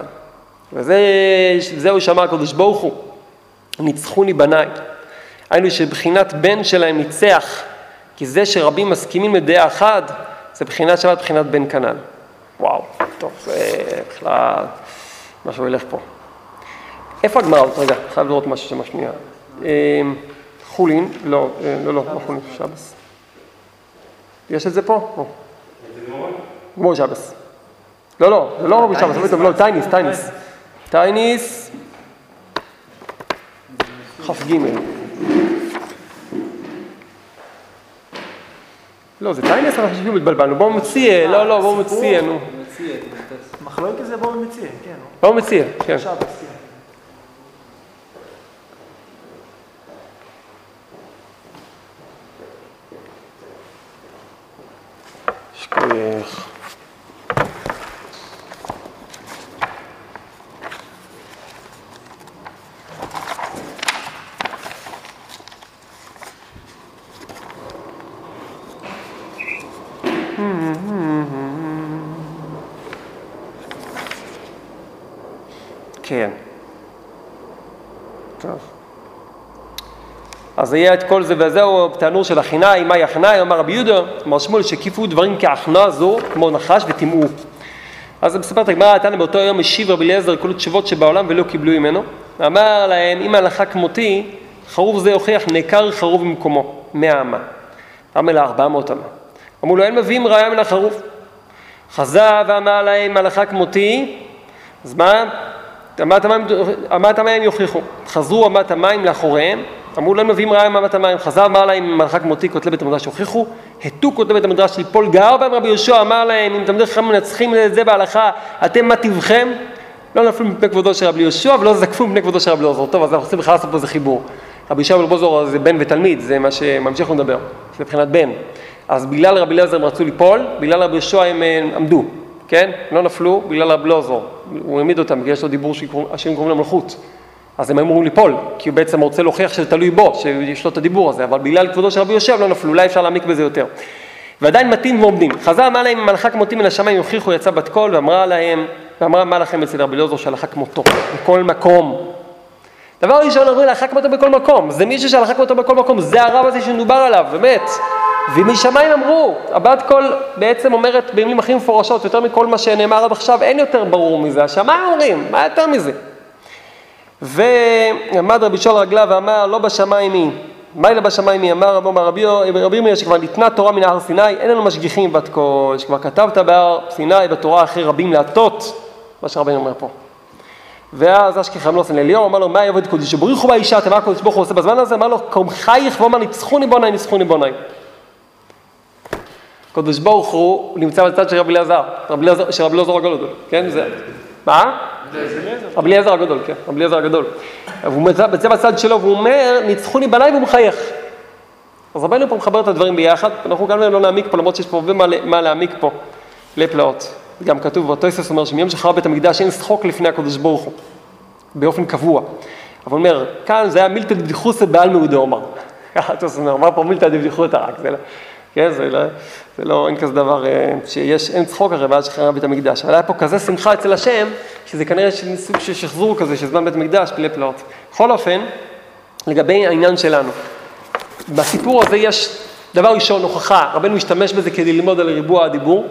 וזהו שמע הקדוש ברוך הוא, ניצחוני בניי, היינו שבחינת בן שלהם ניצח, כי זה שרבים מסכימים לדעה אחת, זה בחינת שבת, בחינת בן כנ"ל. וואו, טוב, זה בכלל משהו ילך פה. איפה הגמרא? רגע, חייב לראות משהו שמשמיע. חולין, לא חולין, שבס. יש את זה פה? גמור שבס. לא, זה לא שבס, לא, טייניס. כ"ג. לא, זה טייניס, אנחנו חושבים מתבלבלנו. בואו מציע, בואו מציע, נו. המחלוקת זה בואו מציע, כן. בואו מציע, כן. עכשיו, כן. שכוייך. כן. טוב. אז יהיה את כל זה, וזהו תענור של הכינאי, מהי הכינאי? אמר רבי יהודה, אמר שמואל שקיפו דברים כהכנה זו, כמו נחש וטימאו. אז בספרת הגמרא, תנא באותו יום השיב רבי אליעזר כל התשובות שבעולם ולא קיבלו ממנו. אמר להם, אם ההלכה כמותי, חרוב זה יוכיח נעקר חרוב במקומו, 100 אמה. אמר לה 400 אמה. אמרו לו, אין מביאים ראיה מן החרוב. חזר ואמר להם, ההלכה כמותי, אז מה? אמת המים יוכיחו. חזרו אמת המים לאחוריהם, אמרו להם מביאים ראיה מאמת המים. חזר אמר להם, מלאכה כמותי כותלי בית המדרש יוכיחו. התו כותלי בית המדרש ליפול גר בהם. רבי יהושע אמר להם, אם תלמידי חכמים מנצחים את זה בהלכה, אתם מה טבעכם? לא נפלו מפני כבודו של רבי יהושע ולא זקפו מפני כבודו של רבי אלעזר. טוב, אז אנחנו רוצים בכלל לעשות פה איזה חיבור. רבי יהושע ורבי אלעזר זה בן ותלמיד, זה מה שממשיך לדבר, זה מבחינת בן. אז בגלל רבי אלעזר הם רצו ליפול, בגלל רבי יהושע הם עמדו, כן? לא נפלו בגלל רבי אלעזר. הוא העמיד אותם, כי יש לו דיבור שהשם קוראים למלכות. אז הם אמורים ליפול, כי הוא בעצם רוצה להוכיח שזה תלוי בו, שיש לו את הדיבור הזה, אבל בגלל כבודו של רבי יהושע לא נפלו, אולי אפשר להעמיק בזה יותר. ועדיין מתים ועומדים. חזר אמר להם, מלאכה כמותי מן השמיים יוכיחו, יצא בת קול ואמרה להם, מה לכם אצל רבי אלעזר שהלכה כמותו, בכל מקום. דבר ראשון אומרים להלכה כמותו בכל מקום, זה מישהו שהלכה כמותו בכל מקום, זה הרב הזה שנדובר עליו, באמת. ומשמיים אמרו, הבת קול בעצם אומרת במילים הכי מפורשות, יותר מכל מה שנאמר עד עכשיו, אין יותר ברור מזה, השמיים אומרים, מה יותר מזה? ועמד רבי שול רגליו ואמר, לא בשמיים היא, מה אלא בשמיים היא? אמר רבי מאיר שכבר ניתנה תורה מן הר סיני, אין לנו משגיחים בת קול, שכבר כתבת בהר סיני בתורה אחרי רבים להטות, מה שרבינו אומר פה. ואז אשכח רמלוס אליהו, אמר לו, מה יעבוד קודש? שבריחו באישה, מה קודש ברוך הוא עושה בזמן הזה? אמר לו, קום חייך, ואומר, ניצחוני בוני, ניצחוני בוני. קודש ברוך הוא נמצא בצד של רבי אלעזר, של רבי אלעזר הגדול, כן? זה... מה? רבי אלעזר הגדול, כן, רבי אלעזר הגדול. והוא מצא בצד שלו, והוא אומר, ניצחוני בניי והוא מחייך. אז רבינו פה מחבר את הדברים ביחד, אנחנו גם לא נעמיק פה, למרות שיש פה הרבה מה להעמיק פה, לפלאות. גם כתוב, והתוספות אומר שמיום שחרב בית המקדש אין שחוק לפני הקדוש ברוך הוא, באופן קבוע. אבל הוא אומר, כאן זה היה מילתא דבדיחותא בעלמא ודאמר. ככה התוספות אומר, מה פה מילתא דבדיחותא רק, זה לא, כן, זה לא, אין כזה דבר, שיש, אין צחוק הרי בעד שחרב בית המקדש. אבל היה פה כזה שמחה אצל השם, שזה כנראה סוג של שחזור כזה, שזמן בית המקדש, פלא פלאות. בכל אופן, לגבי העניין שלנו, בסיפור הזה יש דבר ראשון, הוכחה, רבנו משתמש בזה כדי ללמוד על ריבוע הדיבור,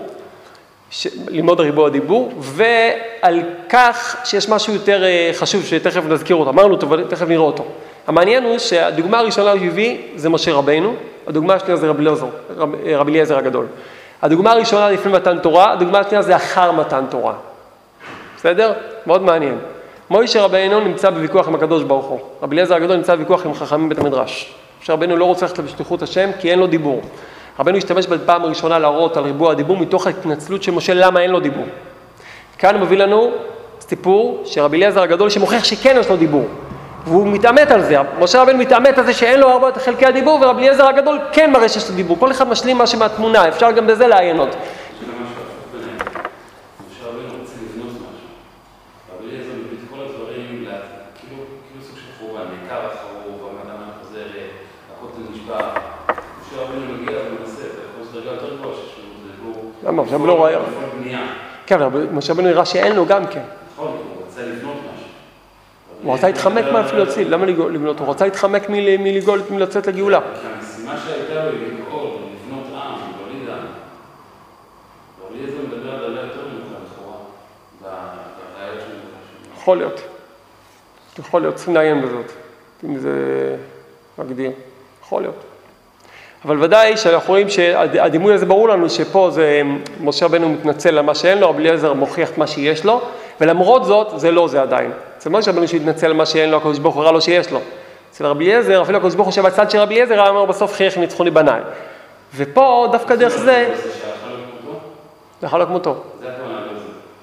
ועל כך שיש משהו יותר חשוב שתכף נזכיר אותו, אמרנו אותו ותכף נראה אותו. המעניין הוא שהדוגמה הראשונה הוא הביא זה משה רבינו, הדוגמה השנייה זה רבי אליעזר הגדול. הדוגמה הראשונה לפני מתן תורה, הדוגמה השנייה זה אחר מתן תורה. בסדר? מאוד מעניין. משה רבינו נמצא בוויכוח עם הקדוש ברוך הוא, רבי אליעזר הגדול נמצא בוויכוח עם חכמים בית המדרש. שרבנו לא רוצה ללכת בשליחות השם כי אין לו דיבור. רבנו השתמש בפעם הראשונה להראות על ריבוע הדיבור מתוך ההתנצלות של משה למה אין לו דיבור. כאן הוא מביא לנו סיפור שרבי אליעזר הגדול שמוכיח שכן יש לו דיבור. והוא מתאמת על זה, משה רבנו מתאמת על זה שאין לו 4 חלקי הדיבור ורבי אליעזר הגדול כן מראה שיש לו דיבור. כל אחד משלים משהו מהתמונה, אפשר גם בזה לעיין עוד. למה? משה רבנו רואה... כן, אבל משה רבנו נראה שאין לו גם כן. נכון, הוא רצה לבנות משהו. הוא רצה להתחמק מהאפילו להוציא, למה לבנות? הוא רצה להתחמק מלגאול, מלצאת לגאולה. המשימה שהייתה לו היא לגאול, לבנות עם, להוליד עם. רבי אליעזר מדבר על דרגה יותר נמוכה לכאורה, ברעיון שלו. יכול להיות, צריכים לעיין בזאת, אם זה מגדיר, יכול להיות. אבל ודאי שאנחנו רואים שהדימוי הזה ברור לנו שפה זה משה רבנו מתנצל על מה שאין לו, רבי אליעזר מוכיח מה שיש לו, ולמרות זאת זה לא זה עדיין. אצל משה רבנו שהתנצל על מה שאין לו, הקדוש ברוך הוא ראה לו שיש לו. אצל רבי אליעזר, אפילו הקדוש ברוך הוא שבצד של רבי אליעזר, אמר בסוף חייך ניצחוני בניי. ופה דווקא דרך זה... זה חלק כמותו? זה הכוונה לזה.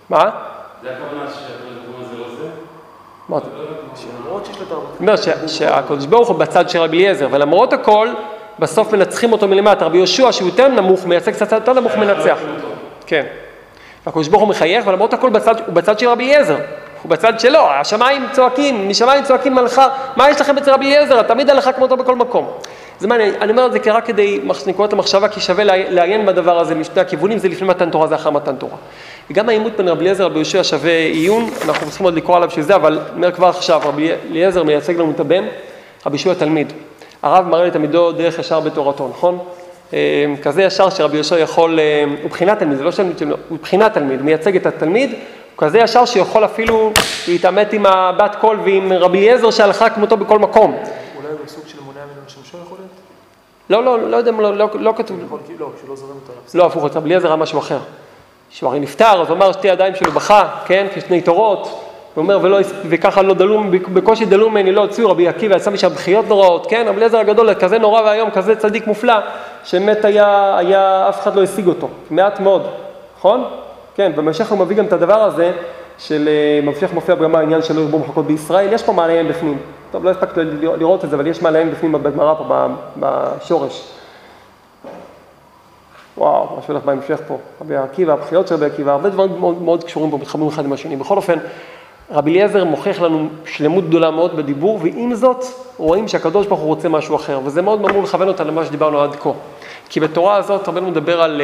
מה? זה הכוונה שהקדוש זה לא זה? מה? למרות שיש לו את אומר שהקדוש ברוך הוא בצד של רבי אליעזר, ולמרות הכל, בסוף מנצחים אותו מלמטה. רבי יהושע שהוא יותר נמוך, מייצג קצת יותר נמוך, מנצח. כן. והקדוש ברוך הוא מחייך, ולמרות הכל הוא בצד של רבי אליעזר. הוא בצד שלו, השמיים צועקים, משמיים צועקים מלכה, מה יש לכם אצל רבי אליעזר? תמיד הלכה כמותו בכל מקום. זה מעניין, אני אומר את זה רק כדי נקודת המחשבה, כי שווה לעיין בדבר הזה משני הכיוונים, זה לפני מתן תורה, זה אחר מתן תורה. וגם העימות בין רבי אליעזר לרבי יהושע שווה עיון, אנחנו צריכים עוד לקרוא עליו שזה, אבל אומר כבר עכשיו, רבי אליעזר מייצג לנו את הבן, רבי יהושע תלמיד. הרב מראה לתלמידו דרך ישר בתורתו, נכון? כזה ישר שרבי יהושע יכול, הוא בחינת תלמיד, זה לא תלמיד שלו, הוא בחינת תלמיד, הוא מייצג את התלמיד, הוא כזה ישר שיכול אפילו להתעמת עם הבת קול ועם רבי אליעזר שהלכה כמותו בכל מקום. אולי הוא סוג של מונע ממנו שמשו יכול להיות? לא יודע, לא כתוב. לא, כשלא זורם אותו. לא, הפוך, רבי אליעזר היה משהו אחר. שהוא הרי נפטר, אז הוא אמר שתי ידיים שלו בכה, כן, כשני תורות. הוא אומר, וככה לא דלום, בקושי דלום ממני, לא הוציאו, רבי עקיבא יצא משם בחיות נוראות, כן, רבי אליעזר הגדול, כזה נורא והיום, כזה צדיק מופלא, שמת אף אחד לא השיג אותו, מעט מאוד, נכון? כן, במשך הוא מביא גם את הדבר הזה, של ממשיך מופיע גם העניין שלא ירבו מחלוקות בישראל, יש פה מעליהם בפנים. טוב, לא הספקתי לראות את זה, אבל יש מעליהם בפנים בגמרא פה, בשורש. וואו, משהו הולך בהמשך פה, רבי עקיבא, הבחיות של רבי עקיבא, הרבה דברים מאוד, מאוד קשורים פה, מתחברים אחד עם השני. בכל אופן, רבי אליעזר מוכיח לנו שלמות גדולה מאוד בדיבור, ועם זאת רואים שהקדוש ברוך הוא רוצה משהו אחר, וזה מאוד ממור לכוון אותה למה שדיברנו עד כה. כי בתורה הזאת רבנו מדבר על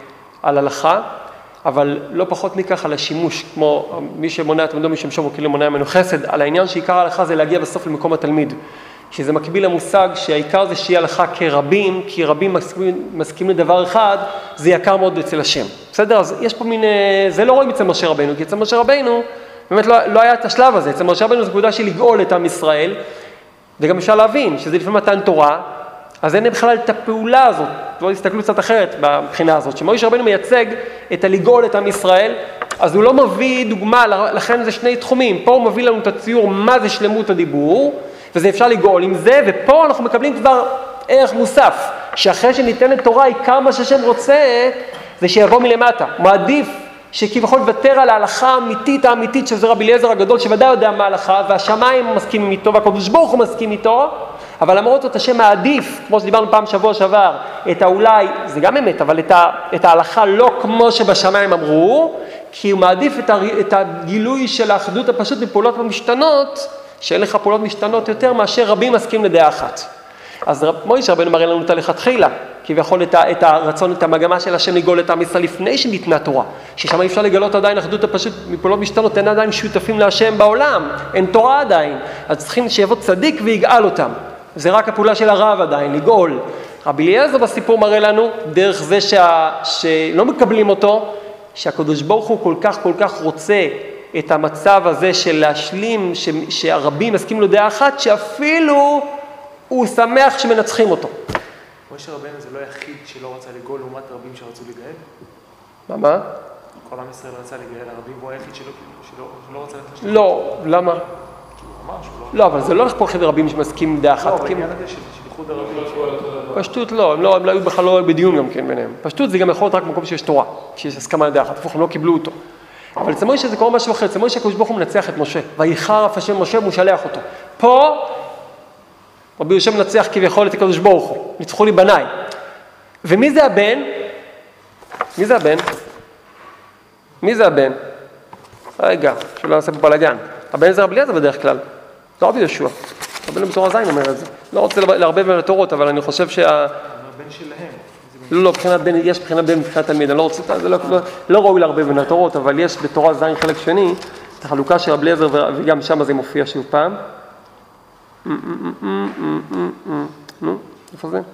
הלכה, אבל לא פחות מכך על השימוש, כמו מי שמונע את תלמידו משמשו וכאילו מונע ממנו חסד, על העניין שעיקר ההלכה זה להגיע בסוף למקום התלמיד. שזה מקביל למושג שהעיקר זה שיהיה הלכה כרבים, כי רבים מסכימים לדבר אחד, זה יקר מאוד אצל השם. בסדר? אז יש פה מין, זה לא רואים אצל משה רבינו, כי אצל משה רבינו באמת לא היה את השלב הזה. אצל משה רבינו זה נקודה של לגאול את עם ישראל, וגם אפשר להבין שזה לפני מתן תורה, אז אין בכלל את הפעולה הזאת, לא הסתכלו קצת אחרת מבחינה הזאת, שמשה רבינו מייצג את הלגאול את עם ישראל, אז הוא לא מביא דוגמה, לכן זה שני תחומים, פה הוא מביא לנו את הציור מה זה שלמות הדיבור, וזה אפשר לגאול עם זה, ופה אנחנו מקבלים כבר ערך מוסף, שאחרי שניתנת תורה, עיקר מה שהשם רוצה, זה שיבוא מלמטה. הוא מעדיף שכביכול לוותר על ההלכה האמיתית, שזה רבי אליעזר הגדול, שוודאי יודע מה ההלכה, והשמיים מסכימים איתו, והקדוש ברוך הוא מסכים איתו, אבל למרות זאת השם מעדיף, כמו שדיברנו פעם שבוע שעבר, את האולי, זה גם אמת, אבל את ההלכה לא כמו שבשמיים אמרו, כי הוא מעדיף את הגילוי של האחדות הפשוט בפעולות המשתנות, שאין לך פעולות משתנות יותר מאשר רבים מסכים לדעה אחת. אז מוישה רבנו מראה לנו את הלכתחילה, כביכול את הרצון, את המגמה של השם לגאול את עם ישראל לפני שניתנה תורה, ששם אי אפשר לגלות עדיין אחדות הפשוט מפעולות משתנות, אין עדיין שותפים להשם בעולם, אין תורה עדיין, אז צריכים שיבוא צדיק ויגאל אותם. זה רק הפעולה של הרב עדיין, לגאול. רבי אליעזר בסיפור מראה לנו, דרך זה שלא מקבלים אותו, שהקדוש ברוך הוא כל כך רוצה את המצב הזה של להשלים, שהרבים מסכימים לו דעה אחת, שאפילו הוא שמח שמנצחים אותו. משה רבנו זה לא היחיד שלא רצה לגאול לעומת רבים שרצו לגאל? מה? כל עם ישראל רצה לגאל, הרבים הוא היחיד שלא רצה לתת. לא, למה? כי הוא אמר שהוא לא, אבל זה לא הולך פה אחד רבים שמסכימים דעה אחת. לא, בעניין הזה של איחוד הרבים. פשטות לא, הם לא היו בכלל לא בדיון גם כן ביניהם. פשטות זה גם יכול להיות רק במקום שיש תורה, כשיש הסכמה לדעה אחת, הפוך, הם לא קיבלו אותו. אבל אצל משה זה קורה משהו אחר, אצל משה הקדוש ברוך הוא מנצח את משה, ויחר אף השם משה והוא שלח אותו. פה רבי יהושע מנצח כביכול את הקדוש ברוך הוא, ניצחו לי בניי. ומי זה הבן? מי זה הבן? מי זה הבן? רגע, שלא נעשה פה בלגן. הבן זה רבי אליעזר בדרך כלל, לא רבי יהושע. רבי בתורה זין אומר את זה. לא רוצה להרבה בין התורות, אבל אני חושב הבן שלהם. לא, יש בחינת בן מבחינת תלמיד, אני לא רוצה, זה לא ראוי להרבה בין התורות, אבל יש בתורה זין חלק שני, את החלוקה של רבי אליעזר, וגם שם זה מופיע שוב פעם. נו, איפה זה?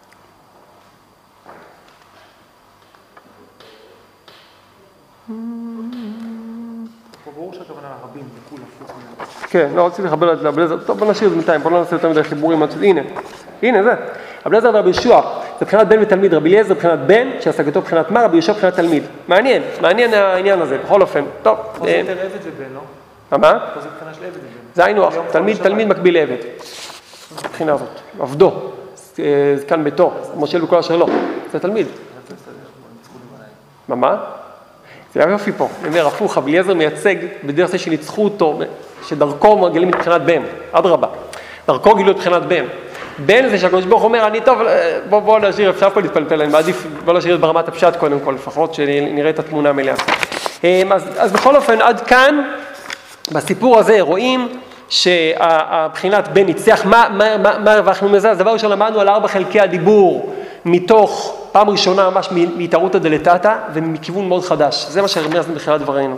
ברור שהכוונה רבים, לכולם, חוץ ממנו. כן, לא, רציתי לחבר לרבי אליעזר, טוב, בוא נשאיר את זה בינתיים, בוא לא נעשה יותר מדי חיבורים, הנה זה, רבי אליעזר ורבי יהושע, זה בחינת בן ותלמיד, רבי אליעזר בחינת בן, שהשגתו בחינת מה, רבי יהושע בחינת תלמיד. מעניין העניין הזה, בכל אופן. טוב. פה זה יותר עבד ובן, לא? מה? פה זה בחינה של עבד ובן. זה היינו, תלמיד מקביל לעבד. בחינה הזאת, עבדו, כאן ביתו, מושל בכל אשר לא, זה תלמיד. מה? זה היה יופי פה, אני אומר, הפוך, אליעזר מייצג בדרך זה שניצחו אותו, שדרכו מגלים מבחינת בן, אדרבה, דרכו גילו מבחינת בן. בן זה שהקדוש ברוך אומר, אני טוב, בוא נשאיר, אפשר פה להתפלפל, אני מעדיף, בוא נשאיר את ברמת הפשט קודם כל, לפחות שנראה את התמונה המלאה. אז בכל אופן, עד כאן, בסיפור הזה רואים שהבחינת בן ניצח, מה הרווחנו מזה? אז דבר ראשון למדנו על 4 חלקי הדיבור, מתוך פעם ראשונה ממש מהתערותא דלתתא ומכיוון מאוד חדש. זה מה שרמז בתחילת דברינו.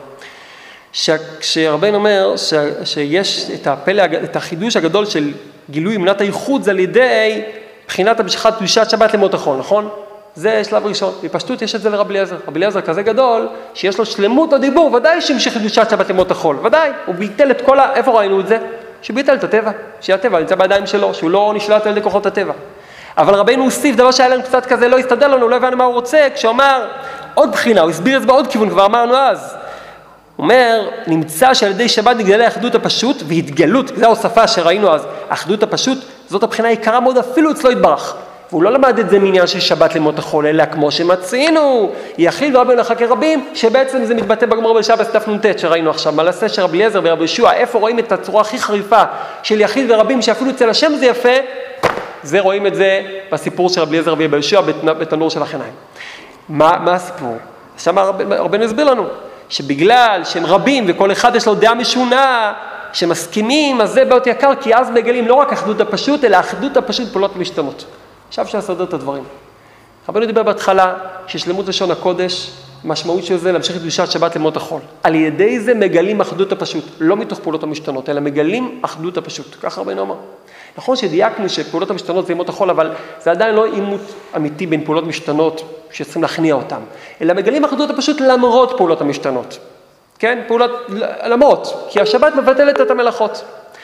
כשרבנו אומר שיש את החידוש הגדול של גילוי אמונת הייחוד, זה על ידי בחינת המשיכת קדושת שבת לימות החול, נכון? זה שלב ראשון. בפשטות יש את זה לרב אליעזר. רב אליעזר כזה גדול, שיש לו שלמות הדיבור, ודאי שהמשיך קדושת שבת לימות החול, ודאי. הוא ביטל את כל איפה ראינו את זה? שביטל את הטבע, שהטבע נמצא בידיים שלו, שהוא לא נשלט על ידי כוחות הטבע. אבל רבינו הוסיף דבר שהיה לנו קצת כזה, לא הסתדר לנו, לא הבנו מה הוא רוצה, כשאומר עוד בחינה, הוא הסביר את זה בעוד כיוון, כבר אמרנו אז. הוא אומר, נמצא שעל ידי שבת נגלה האחדות הפשוט והתגלות, זו ההוספה שראינו אז, האחדות הפשוט, זאת הבחינה יקרה מאוד, אפילו אצלו יתברך. והוא לא למד את זה מעניין של שבת לימות החול, אלא כמו שמצינו, יחיד ורבים לך כרבים, שבעצם זה מתבטא בגמרא בשבת דף נ"ט שראינו עכשיו, מעשה של רבי אליעזר ורבי יהושע, איפה רואים את הצורה הכי חריפה של יחיד ורבים, שאפילו אצל השם זה יפה, זה רואים את זה בסיפור של רבי אליעזר ורבי יהושע בתנור של החיניים. מה הסיפור? שם רבנו הסביר לנו, שבגלל שהם רבים וכל אחד יש לו דעה משונה, שמסכימים, אז זה באות יקר, כי אז מגלים לא רק אחדות הפשוט, אלא אחדות הפשוט פעולות משתנות. עכשיו שהסדר את הדברים. רבנו דיבר בהתחלה ששלמות לשון הקודש, המשמעות של זה להמשיך את קדושת שבת לימות החול. על ידי זה מגלים אחדות הפשוט, לא מתוך פעולות המשתנות, אלא מגלים אחדות הפשוט. ככה רבנו אמר. נכון שדייקנו שפעולות המשתנות זה לימות החול, אבל זה עדיין לא עימות אמיתי בין פעולות משתנות שצריכים להכניע אותם, אלא מגלים אחדות הפשוט למרות פעולות המשתנות. כן? פעולות למרות, כי השבת מבטלת את המלאכות.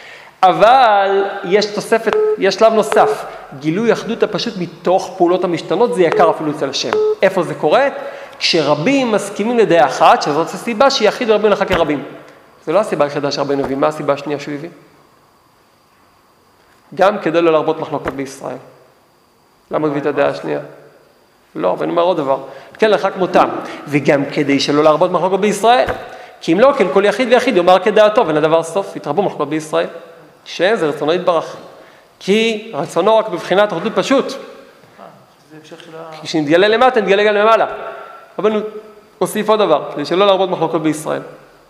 אבל יש תוספת, יש שלב נוסף, גילוי אחדות הפשוט מתוך פעולות המשתנות, זה יקר אפילו אצל השם. איפה זה קורה? כשרבים מסכימים לדעה אחת, שזאת הסיבה שיחיד ורבים לך כרבים. זה לא הסיבה היחידה שרבנו הביא, מה הסיבה השנייה שהוא הביא? גם כדי לא להרבות מחלוקות בישראל. למה הביא את הדעה השנייה? לא, ואני אומר עוד דבר, כן לך כמותם, וגם כדי שלא להרבות מחלוקות בישראל. כי אם לא, כן, כל יחיד ויחיד יאמר כדעתו, ואין לדבר סוף, יתרבו מחלוקות בישראל. שאין, זה רצונו יתברך. כי רצונו רק בבחינת אחדות פשוט. זה המשך של כי כשנתגלה למטה, נתגלה גם למעלה. אבל נוסיף עוד דבר, כדי שלא להרבות מחלוקות בישראל.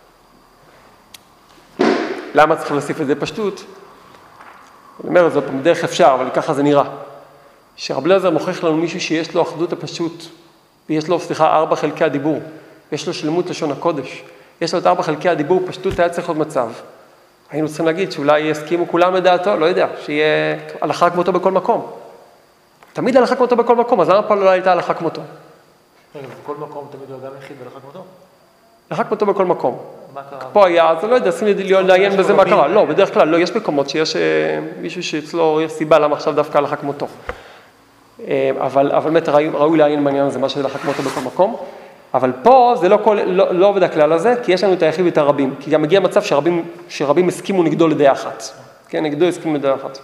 למה צריך להוסיף את זה פשטות? אני אומר, זה בדרך אפשר, אבל ככה זה נראה. שרב אליעזר מוכיח לנו מישהו שיש לו אחדות הפשוט, ויש לו, 4 חלקי הדיבור, יש לו שלמות לשון הקודש, יש לו את 4 חלקי הדיבור, פשטות היה צריך עוד מצב. היינו צריכים להגיד שאולי יסכימו כולם לדעתו, לא יודע, שיהיה הלכה כמותו בכל מקום. תמיד הלכה כמותו בכל מקום, אז למה פה לא הייתה הלכה כמותו? רגע, בכל מקום תמיד הוא אדם יחיד והלכה כמותו? הלכה כמותו בכל מקום. מה קרה? פה היה, אז לא יודע, צריכים לעיין בזה מה קרה. לא, בדרך כלל, לא, יש מקומות שיש מישהו שאצלו יש סיבה למה עכשיו דווקא הלכה כמותו. אבל באמת ראוי לעיין בעניין הזה, מה שהלכה כמותו בכל מקום. אבל פה זה לא עובד הכלל הזה, כי יש לנו את היחיד ואת הרבים. כי גם מגיע מצב שרבים הסכימו נגדו לדעה אחת. כן, נגדו הסכימו לדעה אחת.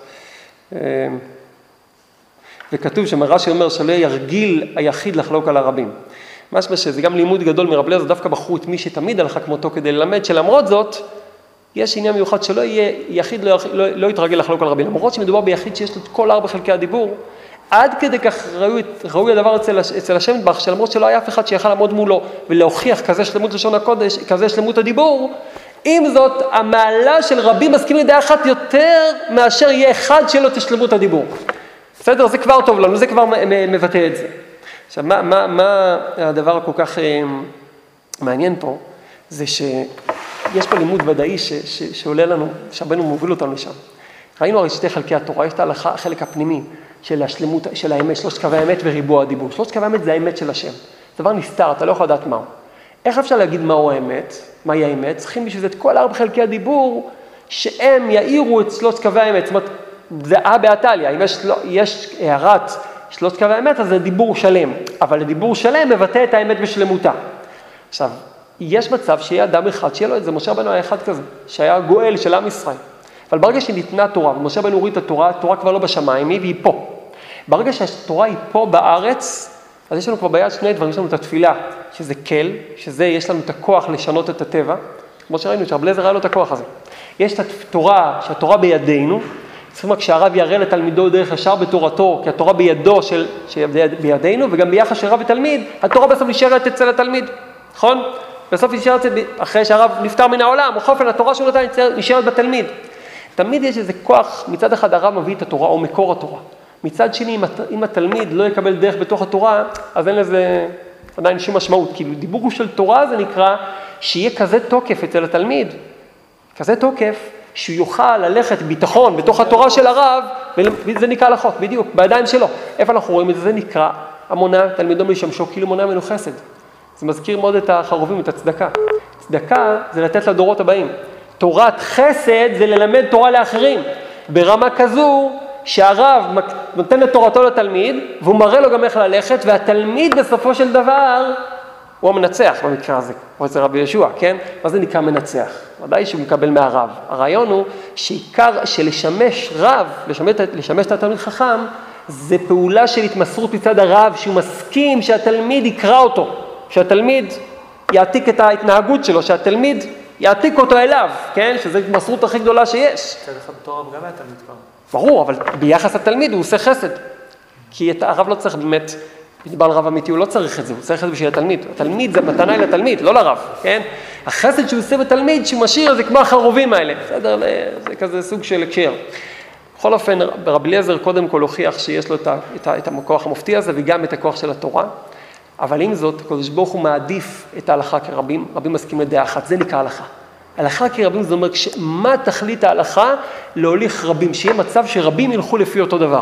וכתוב שמרש"י אומר שלא ירגיל היחיד לחלוק על הרבים. משמע שזה גם לימוד גדול מרב אליעזר, דווקא בחרו את מי שתמיד הלכה כמותו כדי ללמד, שלמרות זאת, יש עניין מיוחד שלא יהיה יחיד, לא יתרגל לחלוק על רבים. למרות שמדובר ביחיד שיש לו את כל 4 חלקי הדיבור, עד כדי כך ראוי הדבר אצל השם יתברך, שלמרות שלא היה אף אחד שיכל לעמוד מולו ולהוכיח כזה שלמות לשון הקודש, כזה שלמות הדיבור, עם זאת, המעלה של רבים מסכימים לדעה אחת יותר מאשר יהיה אחד שלו תשלמות הדיבור. בסדר? זה כבר טוב לנו, זה כבר מבטא את זה. עכשיו, מה הדבר הכל כך מעניין פה, זה שיש פה לימוד ודאי שעולה לנו, שרבנו מוביל אותנו לשם. ראינו הרי 2 חלקי התורה, יש את ההלכה, החלק הפנימי של השלמות, של האמת, 3 קווי האמת וריבוע הדיבור. 3 קווי האמת זה האמת של השם. דבר נסתר, אתה לא יכול לדעת מהו. איך אפשר להגיד מהו האמת? מהי האמת? צריכים בשביל זה את כל 4 חלקי הדיבור, שהם יאירו את 3 קווי האמת. זאת אומרת, זה באתליה, אם יש הערת 3 קווי האמת, אז זה דיבור שלם. אבל הדיבור שלם מבטא את האמת בשלמותה. עכשיו, יש מצב שיהיה אדם אחד, שיהיה לו את זה, משה רבנו היה אחד כזה, שהיה גואל של עם ישראל. אבל ברגע שניתנה תורה, ומשה רבנו הוריד את התורה, התורה כבר לא בשמיים, והיא פה. ברגע שהתורה היא פה בארץ, אז יש לנו כבר ביד שני דברים, יש לנו את התפילה, שזה כל, שזה יש לנו את הכוח לשנות את הטבע, כמו שראינו, שרב אליעזר היה לו את הכוח הזה. יש את התורה, שהתורה בידינו, צריכים רק שהרב יראה לתלמידו דרך ישר בתורתו, כי התורה בידו בידינו, וגם ביחס של רב ותלמיד, התורה בסוף נשארת אצל התלמיד, נכון? בסוף נשארת אחרי שהרב נפטר מן העולם, או חופן, התורה שהוא נותן נשארת בתלמיד. תמיד יש איזה כוח, מצד אחד הרב מביא את התורה, או מקור התורה. מצד שני, אם התלמיד לא יקבל דרך בתוך התורה, אז אין לזה עדיין שום משמעות. כאילו דיבור של תורה זה נקרא, שיהיה כזה תוקף אצל התלמיד, כזה תוקף, שהוא יוכל ללכת ביטחון בתוך התורה של הרב, וזה נקרא הלכות, בדיוק, בידיים שלו. איפה אנחנו רואים את זה? זה נקרא המונה, תלמידו משמשו, כאילו מונה ממנו חסד. זה מזכיר מאוד את החרובים, את הצדקה. צדקה זה לתת לדורות הבאים. תורת חסד זה ללמד תורה לאחרים. ברמה כזו שהרב נותן את תורתו לתלמיד, והוא מראה לו גם איך ללכת, והתלמיד בסופו של דבר הוא המנצח במקרה הזה, או אצל רבי ישוע, כן? מה זה נקרא מנצח? ודאי שהוא מקבל מהרב. הרעיון הוא שעיקר שלשמש רב, לשמש את התלמיד חכם, זה פעולה של התמסרות מצד הרב, שהוא מסכים שהתלמיד יקרא אותו, שהתלמיד יעתיק את ההתנהגות שלו, שהתלמיד יעתיק אותו אליו, כן? שזו התמסרות הכי גדולה שיש. מצד אחד בתור הרב גם היה תלמיד כבר. ברור, אבל ביחס לתלמיד הוא עושה חסד. כי הרב לא צריך באמת, בדבר רב אמיתי, הוא לא צריך את זה, הוא צריך את זה בשביל התלמיד. התלמיד זה מתנה לתלמיד, לא לרב, כן? החסד שהוא עושה בתלמיד, שהוא משאיר, זה כמו החרובים האלה. בסדר, זה כזה סוג של הקשר. בכל אופן, רב אליעזר קודם כל הוכיח שיש לו את הכוח המופתי הזה, וגם את הכוח של התורה. אבל עם זאת, הקדוש ברוך הוא מעדיף את ההלכה כרבים, רבים מסכים לדעה אחת, זה נקרא הלכה. הלכה כרבים זה אומר, מה תכלית ההלכה? להוליך רבים, שיהיה מצב שרבים ילכו לפי אותו דבר.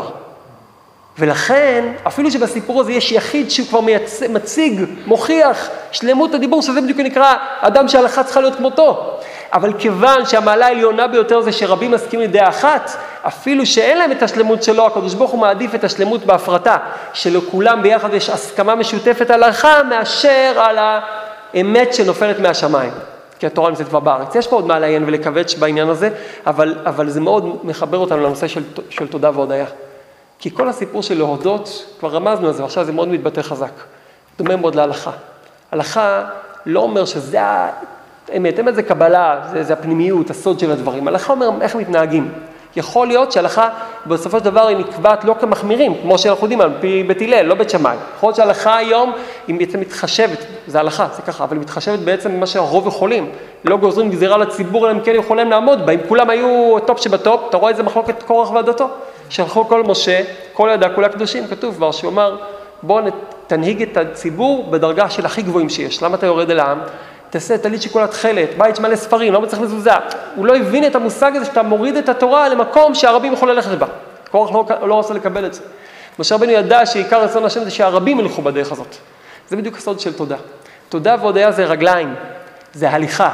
ולכן, אפילו שבסיפור הזה יש יחיד שהוא כבר מציג, מוכיח, שלמות הדיבור, שזה בדיוק נקרא אדם שההלכה צריכה להיות כמותו. אבל כיוון שהמעלה העליונה ביותר זה שרבים מסכים לדעה אחת, אפילו שאין להם את השלמות שלו, הקדוש ברוך הוא מעדיף את השלמות בהפרטה, שלכולם ביחד יש הסכמה משותפת על ההלכה, מאשר על האמת שנופלת מהשמיים. כי התורה נמצאת כבר בארץ. יש פה עוד מה לעיין ולקווץ' בעניין הזה, אבל זה מאוד מחבר אותנו לנושא של תודה והודיה. כי כל הסיפור של להודות, כבר רמזנו על זה, ועכשיו זה מאוד מתבטא חזק. דומה מאוד להלכה. הלכה לא אומר שזה האמת, אמת זה קבלה, זה הפנימיות, הסוד של הדברים. הלכה אומר איך מתנהגים. יכול להיות שההלכה בסופו של דבר היא נקבעת לא כמחמירים, כמו שאנחנו יודעים על פי בית הלל, לא בית שמאי. יכול להיות שההלכה היום היא בעצם מתחשבת, זה הלכה, זה ככה, אבל היא מתחשבת בעצם במה שהרוב יכולים. לא גוזרים גזירה לציבור, אלא הם כן יכולים לעמוד בה. אם כולם היו טופ שבטופ, אתה רואה איזה מחלוקת קורח ועדתו. שלחו כל משה, כל ידע, כל הקדושים, כתוב כבר, שהוא אמר, בוא תנהיג את הציבור בדרגה של הכי גבוהים שיש. למה אתה יורד אל העם? תעשה טלית שכולה תכלת, בית שמלא ספרים, לא מצליח מזוזה. הוא לא הבין את המושג הזה שאתה מוריד את התורה למקום שהרבים יכולים ללכת בה. קורח לא רוצה לקבל את זה. משה רבנו ידע שעיקר רצון השם זה שהרבים ילכו בדרך הזאת. זה בדיוק הסוד של תודה. תודה והודיה זה רגליים, זה הליכה,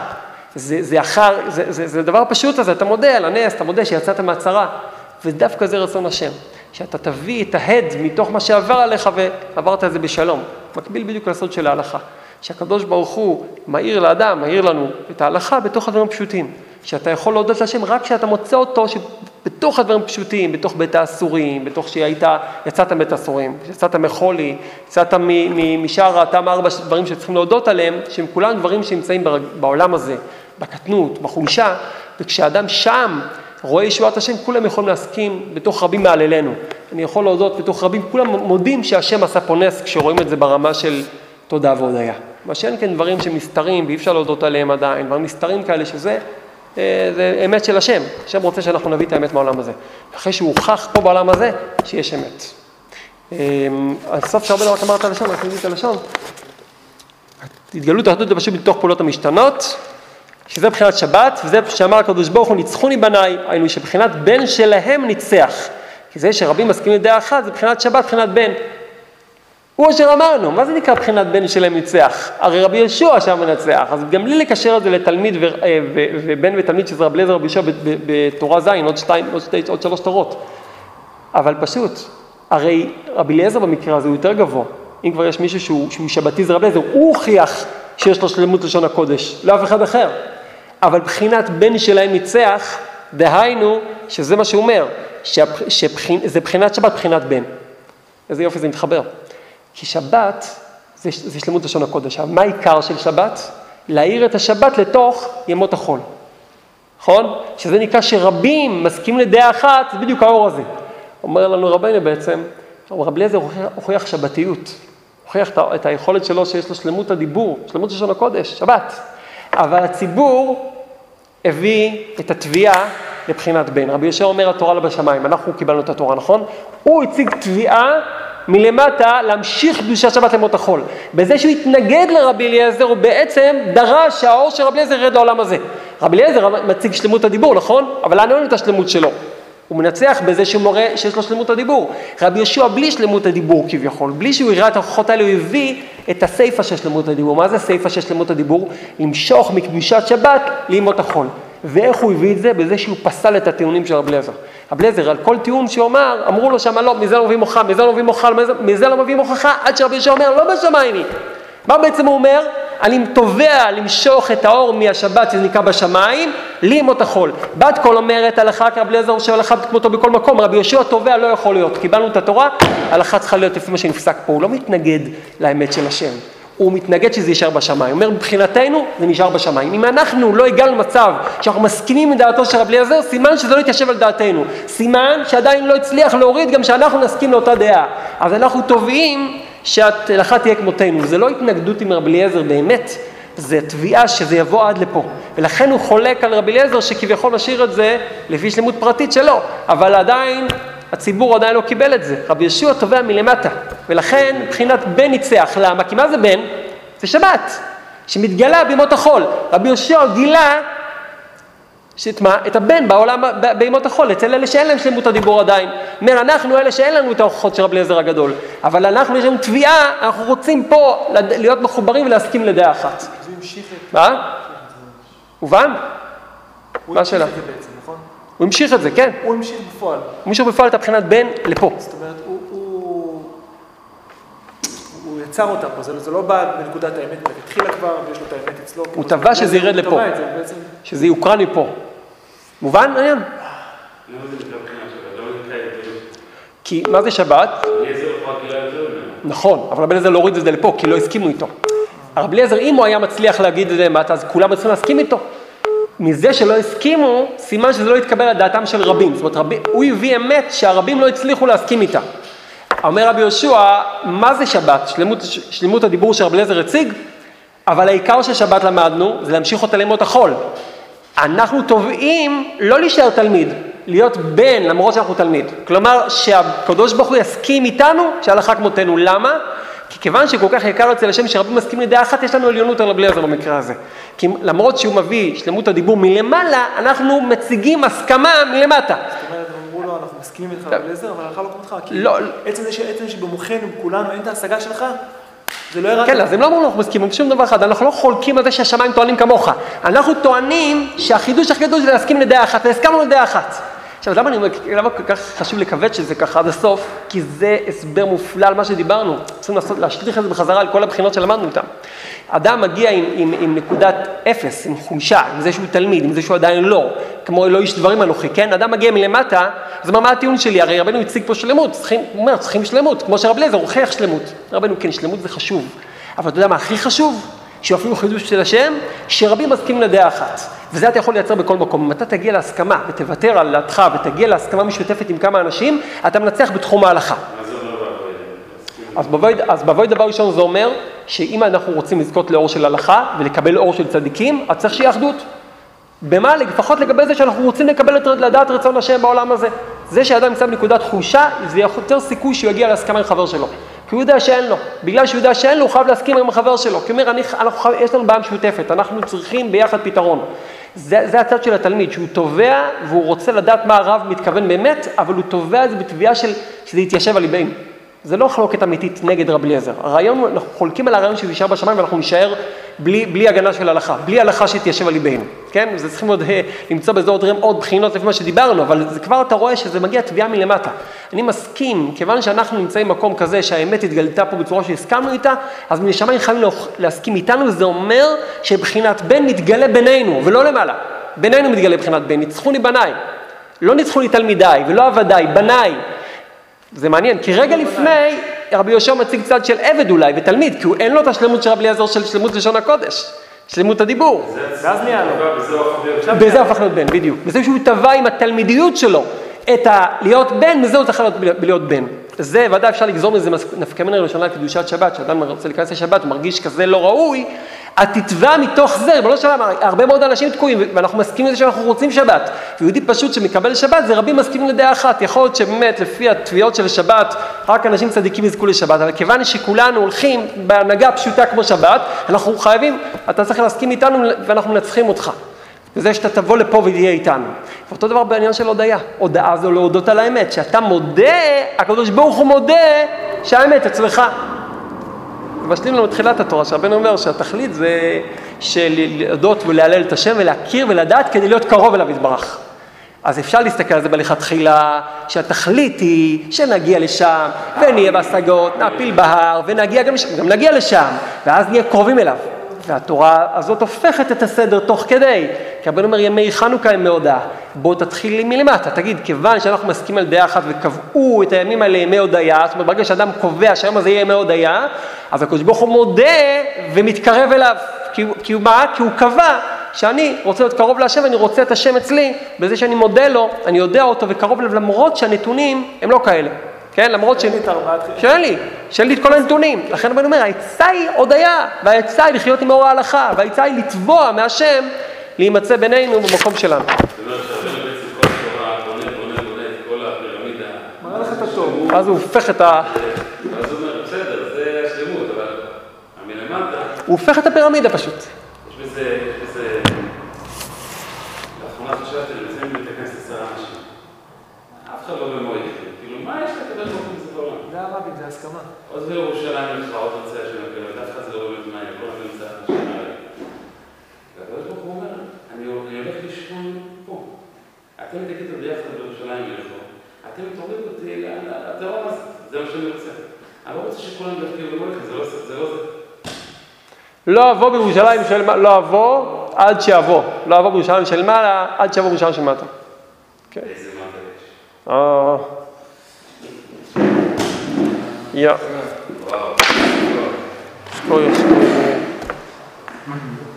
זה דבר פשוט הזה, אתה מודה על הנס, אתה מודה שיצאת מהצרה, ודווקא זה רצון השם, שאתה תביא את ההד מתוך מה שעבר עליך ועברת את זה בשלום. מקביל בדיוק לסוד של ההלכה. שהקדוש ברוך הוא מאיר לאדם, מאיר לנו את ההלכה בתוך הדברים פשוטים. שאתה יכול להודות להשם רק כשאתה מוצא אותו בתוך הדברים פשוטים, בתוך בית האסורים, בתוך יצאת מבית האסורים, יצאת מחולי, יצאת משאר אותם 4 דברים שצריכים להודות עליהם, שהם כולם דברים שנמצאים בעולם הזה, בקטנות, בחולשה, וכשאדם שם רואה ישועת השם, כולם יכולים להסכים בתוך רבים מעללינו. אני יכול להודות בתוך רבים, כולם מודים שהשם עשה פה נס כשרואים את זה ברמה של תודה והודיה. מה שאין כן דברים שמסתרים ואי אפשר להודות עליהם עדיין, דברים מסתרים כאלה שזה זה אמת של השם. השם רוצה שאנחנו נביא את האמת מהעולם הזה. אחרי שהוא הוכח פה בעולם הזה, שיש אמת. הסוף שהרבה לא רק אמרת הלשון, רק נגיד את הלשון. התגלות האחדות זה פשוט בתוך פעולות המשתנות, שזה בחינת שבת, וזה שאמר הקדוש ברוך הוא ניצחוני בניי, היינו שבחינת בן שלהם ניצח. כי זה שרבים מסכימים לדעה אחת, זה בחינת שבת, בחינת בן. הוא אשר אמרנו, מה זה נקרא בחינת בן שלהם ניצח? הרי רבי ישוע שם מנצח, אז גם לי לקשר את זה לתלמיד ובן ותלמיד שזה רבי אליעזר רבי ישוע בתורה ז' עוד 3 תורות. אבל פשוט, הרי רבי אליעזר במקרה הזה הוא יותר גבוה. אם כבר יש מישהו שהוא שבתי זה רבי אליעזר, הוא הוכיח שיש לו שלמות לשון הקודש, לא אף אחד אחר. אבל בחינת בן שלהם ניצח, דהיינו שזה מה שהוא אומר, שזה בחינת שבת, בחינת בן. איזה יופי זה מתחבר. כי שבת זה שלמות לשון הקודש. מה העיקר של שבת? להאיר את השבת לתוך ימות החול. נכון? שזה נקרא שרבים מסכימים לדעה אחת, זה בדיוק האור הזה. אומר לנו רבינו בעצם, רבי אליעזר הוכיח שבתיות. הוכיח את היכולת שלו שיש לו שלמות הדיבור, שלמות לשון הקודש, שבת. אבל הציבור הביא את התביעה לבחינת בן. רבי יהושע אומר התורה לא בשמיים, אנחנו קיבלנו את התורה, נכון? הוא הציג תביעה מלמטה להמשיך קדושת שבת למות החול. בזה שהוא התנגד לרבי אליעזר, הוא בעצם דרש שהאור של רבי אליעזר ירד לעולם הזה. רבי אליעזר מציג שלמות הדיבור, נכון? אבל לאן אין את השלמות שלו? הוא מנצח בזה שהוא מורה שיש לו שלמות הדיבור. רבי יהושע בלי שלמות הדיבור כביכול, בלי שהוא הראה את ההוכחות האלה, הוא הביא את הסיפה של שלמות הדיבור. מה זה הסיפה של שלמות הדיבור? למשוך מקדושת שבת לימות החול. ואיך הוא הביא את זה? בזה שהוא פסל את הטיעונים של רבי אליעזר. רבי אליעזר על כל טיעון שהוא אמר, אמרו לו שם לא, מזה לא מביא מוכחה, מזה לא מביא מוכחה, מזה לא מביא מוכחה, עד שרבי יהושע אומר, לא בשמיים היא. מה בעצם הוא אומר? אני תובע למשוך את האור מהשבת שזה נקרא בשמיים, לימות החול. בת קול אומרת, הלכה כרבי אליעזר שהלכה כמותו בכל מקום, רבי יהושע תובע לא יכול להיות. קיבלנו את התורה, הלכה צריכה להיות לפי מה שנפסק פה. הוא לא מתנגד לאמת של השם. הוא מתנגד שזה יישאר בשמיים. הוא אומר, מבחינתנו זה נשאר בשמיים. אם אנחנו לא הגענו למצב שאנחנו מסכימים עם דעתו של רבי אליעזר, סימן שזה לא יתיישב על דעתנו. סימן שעדיין לא הצליח להוריד גם שאנחנו נסכים לאותה דעה. אז אנחנו תובעים שההלכה תהיה כמותנו. זה לא התנגדות עם רבי אליעזר באמת, זה תביעה שזה יבוא עד לפה. ולכן הוא חולק על רבי אליעזר שכביכול נשאיר את זה לפי שלמות פרטית שלו. אבל עדיין, הציבור עדיין לא קיבל את זה. רבי יהושע תובע מלמטה. ולכן מבחינת בן ניצח. למה? כי מה זה בן? זה שבת, שמתגלה בימות החול. רבי יהושע גילה את הבן בעולם בימות החול, אצל אלה שאין להם שלמות הדיבור עדיין. אומר, אנחנו אלה שאין לנו את ההוכחות של רבי אליעזר הגדול, אבל אנחנו יש לנו תביעה, אנחנו רוצים פה להיות מחוברים ולהסכים לדעה אחת. אז הוא המשיך את... מה? הובן? מה השאלה? הוא המשיך את זה בעצם, נכון? הוא המשיך את זה, כן. הוא המשיך בפועל. הוא המשיך בפועל את הבחינת בן לפה. זאת אומרת, הוא יצר אותה פה, זה לא בא בנקודת האמת, הוא התחילה כבר ויש לו את האמת אצלו. הוא טבע שזה ירד לפה, שזה יוקרן מפה. מובן, עניין? למה זה נקרא בחינה שבת? למה זה נקרא יותר? כי מה זה שבת? אליעזר כבר גילה יותר ממנו. נכון, אבל רבי אליעזר לא הוריד את זה לפה, כי לא הסכימו איתו. רבי אליעזר, אם הוא היה מצליח להגיד את זה למטה, אז כולם צריכים להסכים איתו. מזה שלא הסכימו, סימן שזה לא יתקבל על דעתם של רבים. זאת אומרת, הוא הביא אמת שהרבים לא הצליחו להסכים איתה. אומר רבי יהושע, מה זה שבת? שלמות הדיבור שרבי אליעזר הציג, אבל העיקר של שבת למדנו, זה להמשיך אותה לימות החול. אנחנו תובעים לא להישאר תלמיד, להיות בן למרות שאנחנו תלמיד. כלומר, שהקדוש ברוך הוא יסכים איתנו שההלכה כמותנו. למה? כי כיוון שכל כך יקר אצל השם שרבים מסכים לדעה אחת, יש לנו עליונות על רבי אליעזר במקרה הזה. כי למרות שהוא מביא שלמות הדיבור מלמעלה, אנחנו מציגים הסכמה מלמטה. זאת אומרת, אמרו לו, אנחנו מסכימים איתך רבי אליעזר, אבל ההלכה לא כמותך. כי עצם זה שבמוחנו, כולנו, אין את ההשגה שלך, זה לא ירד. כן, אז הם לא אמרו אנחנו מסכימים, שום דבר אחד, אנחנו לא חולקים על זה שהשמיים טוענים כמוך. אנחנו טוענים שהחידוש זה להסכים לדעה אחת, והסכמנו לדעה אחת. עכשיו, למה כל כך חשוב לכוות שזה ככה עד הסוף? כי זה הסבר מופלא על מה שדיברנו. צריכים להשליך את זה בחזרה על כל הבחינות שלמדנו אותם. אדם מגיע עם נקודת אפס, עם חולשה, עם זה שהוא תלמיד, עם זה שהוא עדיין לא, כמו לא איש דברים אנוכי, כן? אדם מגיע מלמטה, אז מה הטיעון שלי? הרי רבנו הציג פה שלמות, צריכים שלמות, כמו שרבי אליעזר הוכיח שלמות. רבנו, כן, שלמות זה חשוב. אבל אתה יודע מה הכי חשוב? שאפילו חידוש של השם, שרבים מסכימים לדעה אחת. וזה אתה יכול לייצר בכל מקום. אם אתה תגיע להסכמה ותוותר על דעתך ותגיע להסכמה משותפת עם כמה אנשים, אתה מנצח בתחום ההלכה. אז בבוי דבר ראשון זה אומר שאם אנחנו רוצים לזכות לאור של הלכה ולקבל אור של צדיקים, אז צריך שיהיה אחדות. במה? לפחות לגבי זה שאנחנו רוצים לקבל לדעת רצון השם בעולם הזה. זה שאדם נמצא בנקודת חולשה, זה יותר סיכוי שהוא יגיע להסכמה עם חבר שלו. כי הוא יודע שאין לו. בגלל שהוא יודע שאין לו, הוא חייב להסכים עם החבר שלו. כי הוא אומר, יש לנו בעיה משותפת, אנחנו צריכים ביחד פתרון. זה הצד של התלמיד, שהוא תובע והוא רוצה לדעת מה הרב מתכוון באמת, אבל הוא תובע את זה בתביעה שזה יתיישב על ליבנו. זה לא חלוקת אמיתית נגד רבי אליעזר. הרעיון, אנחנו חולקים על הרעיון שהוא יישאר בשמיים ואנחנו נשאר בלי הגנה של הלכה, בלי הלכה שתיישב על ליבנו. כן? זה צריכים למצוא בזה עוד בחינות לפי מה שדיברנו, אבל זה כבר אתה רואה שזה מגיע תביעה מלמטה. אני מסכים, כיוון שאנחנו נמצאים במקום כזה שהאמת התגלתה פה בצורה שהסכמנו איתה, אז משמיים חייבים להסכים איתנו, וזה אומר שבחינת בן מתגלה בינינו, ולא למעלה. בינינו מתגלה בחינת בן, ניצחוני בניי. לא ניצחוני תלמידיי ולא עבדיי, בניי. זה מעניין, כי רגע לפני, רבי יהושע מציג צד של עבד אולי ותלמיד, כי אין לו את השלמות של רבי אליעזר של שלמות לשון הקודש, שלמות הדיבור. ואז נהיה לו. בזה הפך להיות בן, בדיוק. בזה שהוא טבע עם התלמידיות שלו, להיות בן, מזה הוא צריך להיות בן. זה ודאי אפשר לגזור מזה נפקא מינה ראשונה לקדושת שבת, שאדם רוצה להיכנס לשבת, הוא מרגיש כזה לא ראוי, התתווה מתוך זה, ריבונו של עולם, הרבה מאוד אנשים תקועים, ואנחנו מסכימים לזה שאנחנו רוצים שבת. ויהודי פשוט שמקבל שבת, זה רבים מסכימים לדעה אחת. יכול להיות שבאמת, לפי התביעות של שבת, רק אנשים צדיקים יזכו לשבת, אבל כיוון שכולנו הולכים בהנהגה פשוטה כמו שבת, אנחנו חייבים, אתה צריך להסכים איתנו ואנחנו מנצחים אותך. וזה שאתה תבוא לפה ותהיה איתנו. ואותו דבר בעניין של הודעה. הודעה זו להודות על האמת. שאתה מודה, הקדוש ברוך הוא מודה שהאמת אצלך. ומשלים לנו תחילת התורה, שהרבנו אומר שהתכלית זה של להודות ולהלל את השם ולהכיר ולדעת כדי להיות קרוב אליו יתברך. אז אפשר להסתכל על זה בלכתחילה, שהתכלית היא שנגיע לשם ונהיה בהשגות, נעפיל בהר ונגיע גם נגיע לשם, ואז נהיה קרובים אליו. והתורה הזאת הופכת את הסדר תוך כדי, כי הרבנו אומר ימי חנוכה הם מהודעה. בוא תתחיל מלמטה, תגיד, כיוון שאנחנו מסכימים על דעה אחת וקבעו את הימים האלה ימי הודעה, זאת אומרת, ברגע שאדם קובע שהיום הזה יהיה ימי הודעה, אז הקדוש ברוך הוא מודה ומתקרב אליו, כי הוא קבע שאני רוצה להיות קרוב להשם ואני רוצה את השם אצלי, בזה שאני מודה לו, אני יודע אותו וקרוב אליו, למרות שהנתונים הם לא כאלה. כן, למרות שאין לי את כל הנתונים. לכן אני אומר, העצה היא הודיה, והעצה היא לחיות עם אור ההלכה, והעצה היא לתבוע מהשם להימצא בינינו במקום שלנו. זאת אומרת, שהרבנו בעצם כל התורה בונה את כל הפירמידה. מראה לך את הטוב. אז הוא הופך את אז הוא אומר, בסדר, זה השלמות, אבל מלמטה... הוא הופך את הפירמידה פשוט. יש בזה... לאחרונה חשבתי, לפעמים להתכנס 10 אנשים. אף אחד לא במועד. כאילו, מה יש לקבל באופן זה בעולם? זה הרבים, זה הסכמה. עוד בירושלים לך, עוד רוצה השם הקרב, אף אחד זה לא באמת מעניין, כל אחד נמצא את השם האלה. והקדוש ברוך הוא אומר, אני הולך לשכון פה. אתם תגידו ביחד בירושלים לכו, אתם תורידו אותי לתהום הזה, זה מה שאני רוצה. אני לא רוצה שכולם יפקיעו במולך, זה לא זה. לא אבוא בירושלים של מעלה, לא אבוא עד שיבוא. לא אבוא בירושלים של מעלה, עד שיבוא בירושלים של מטה. איזה מטה יש? Ja. וואו. Skoro.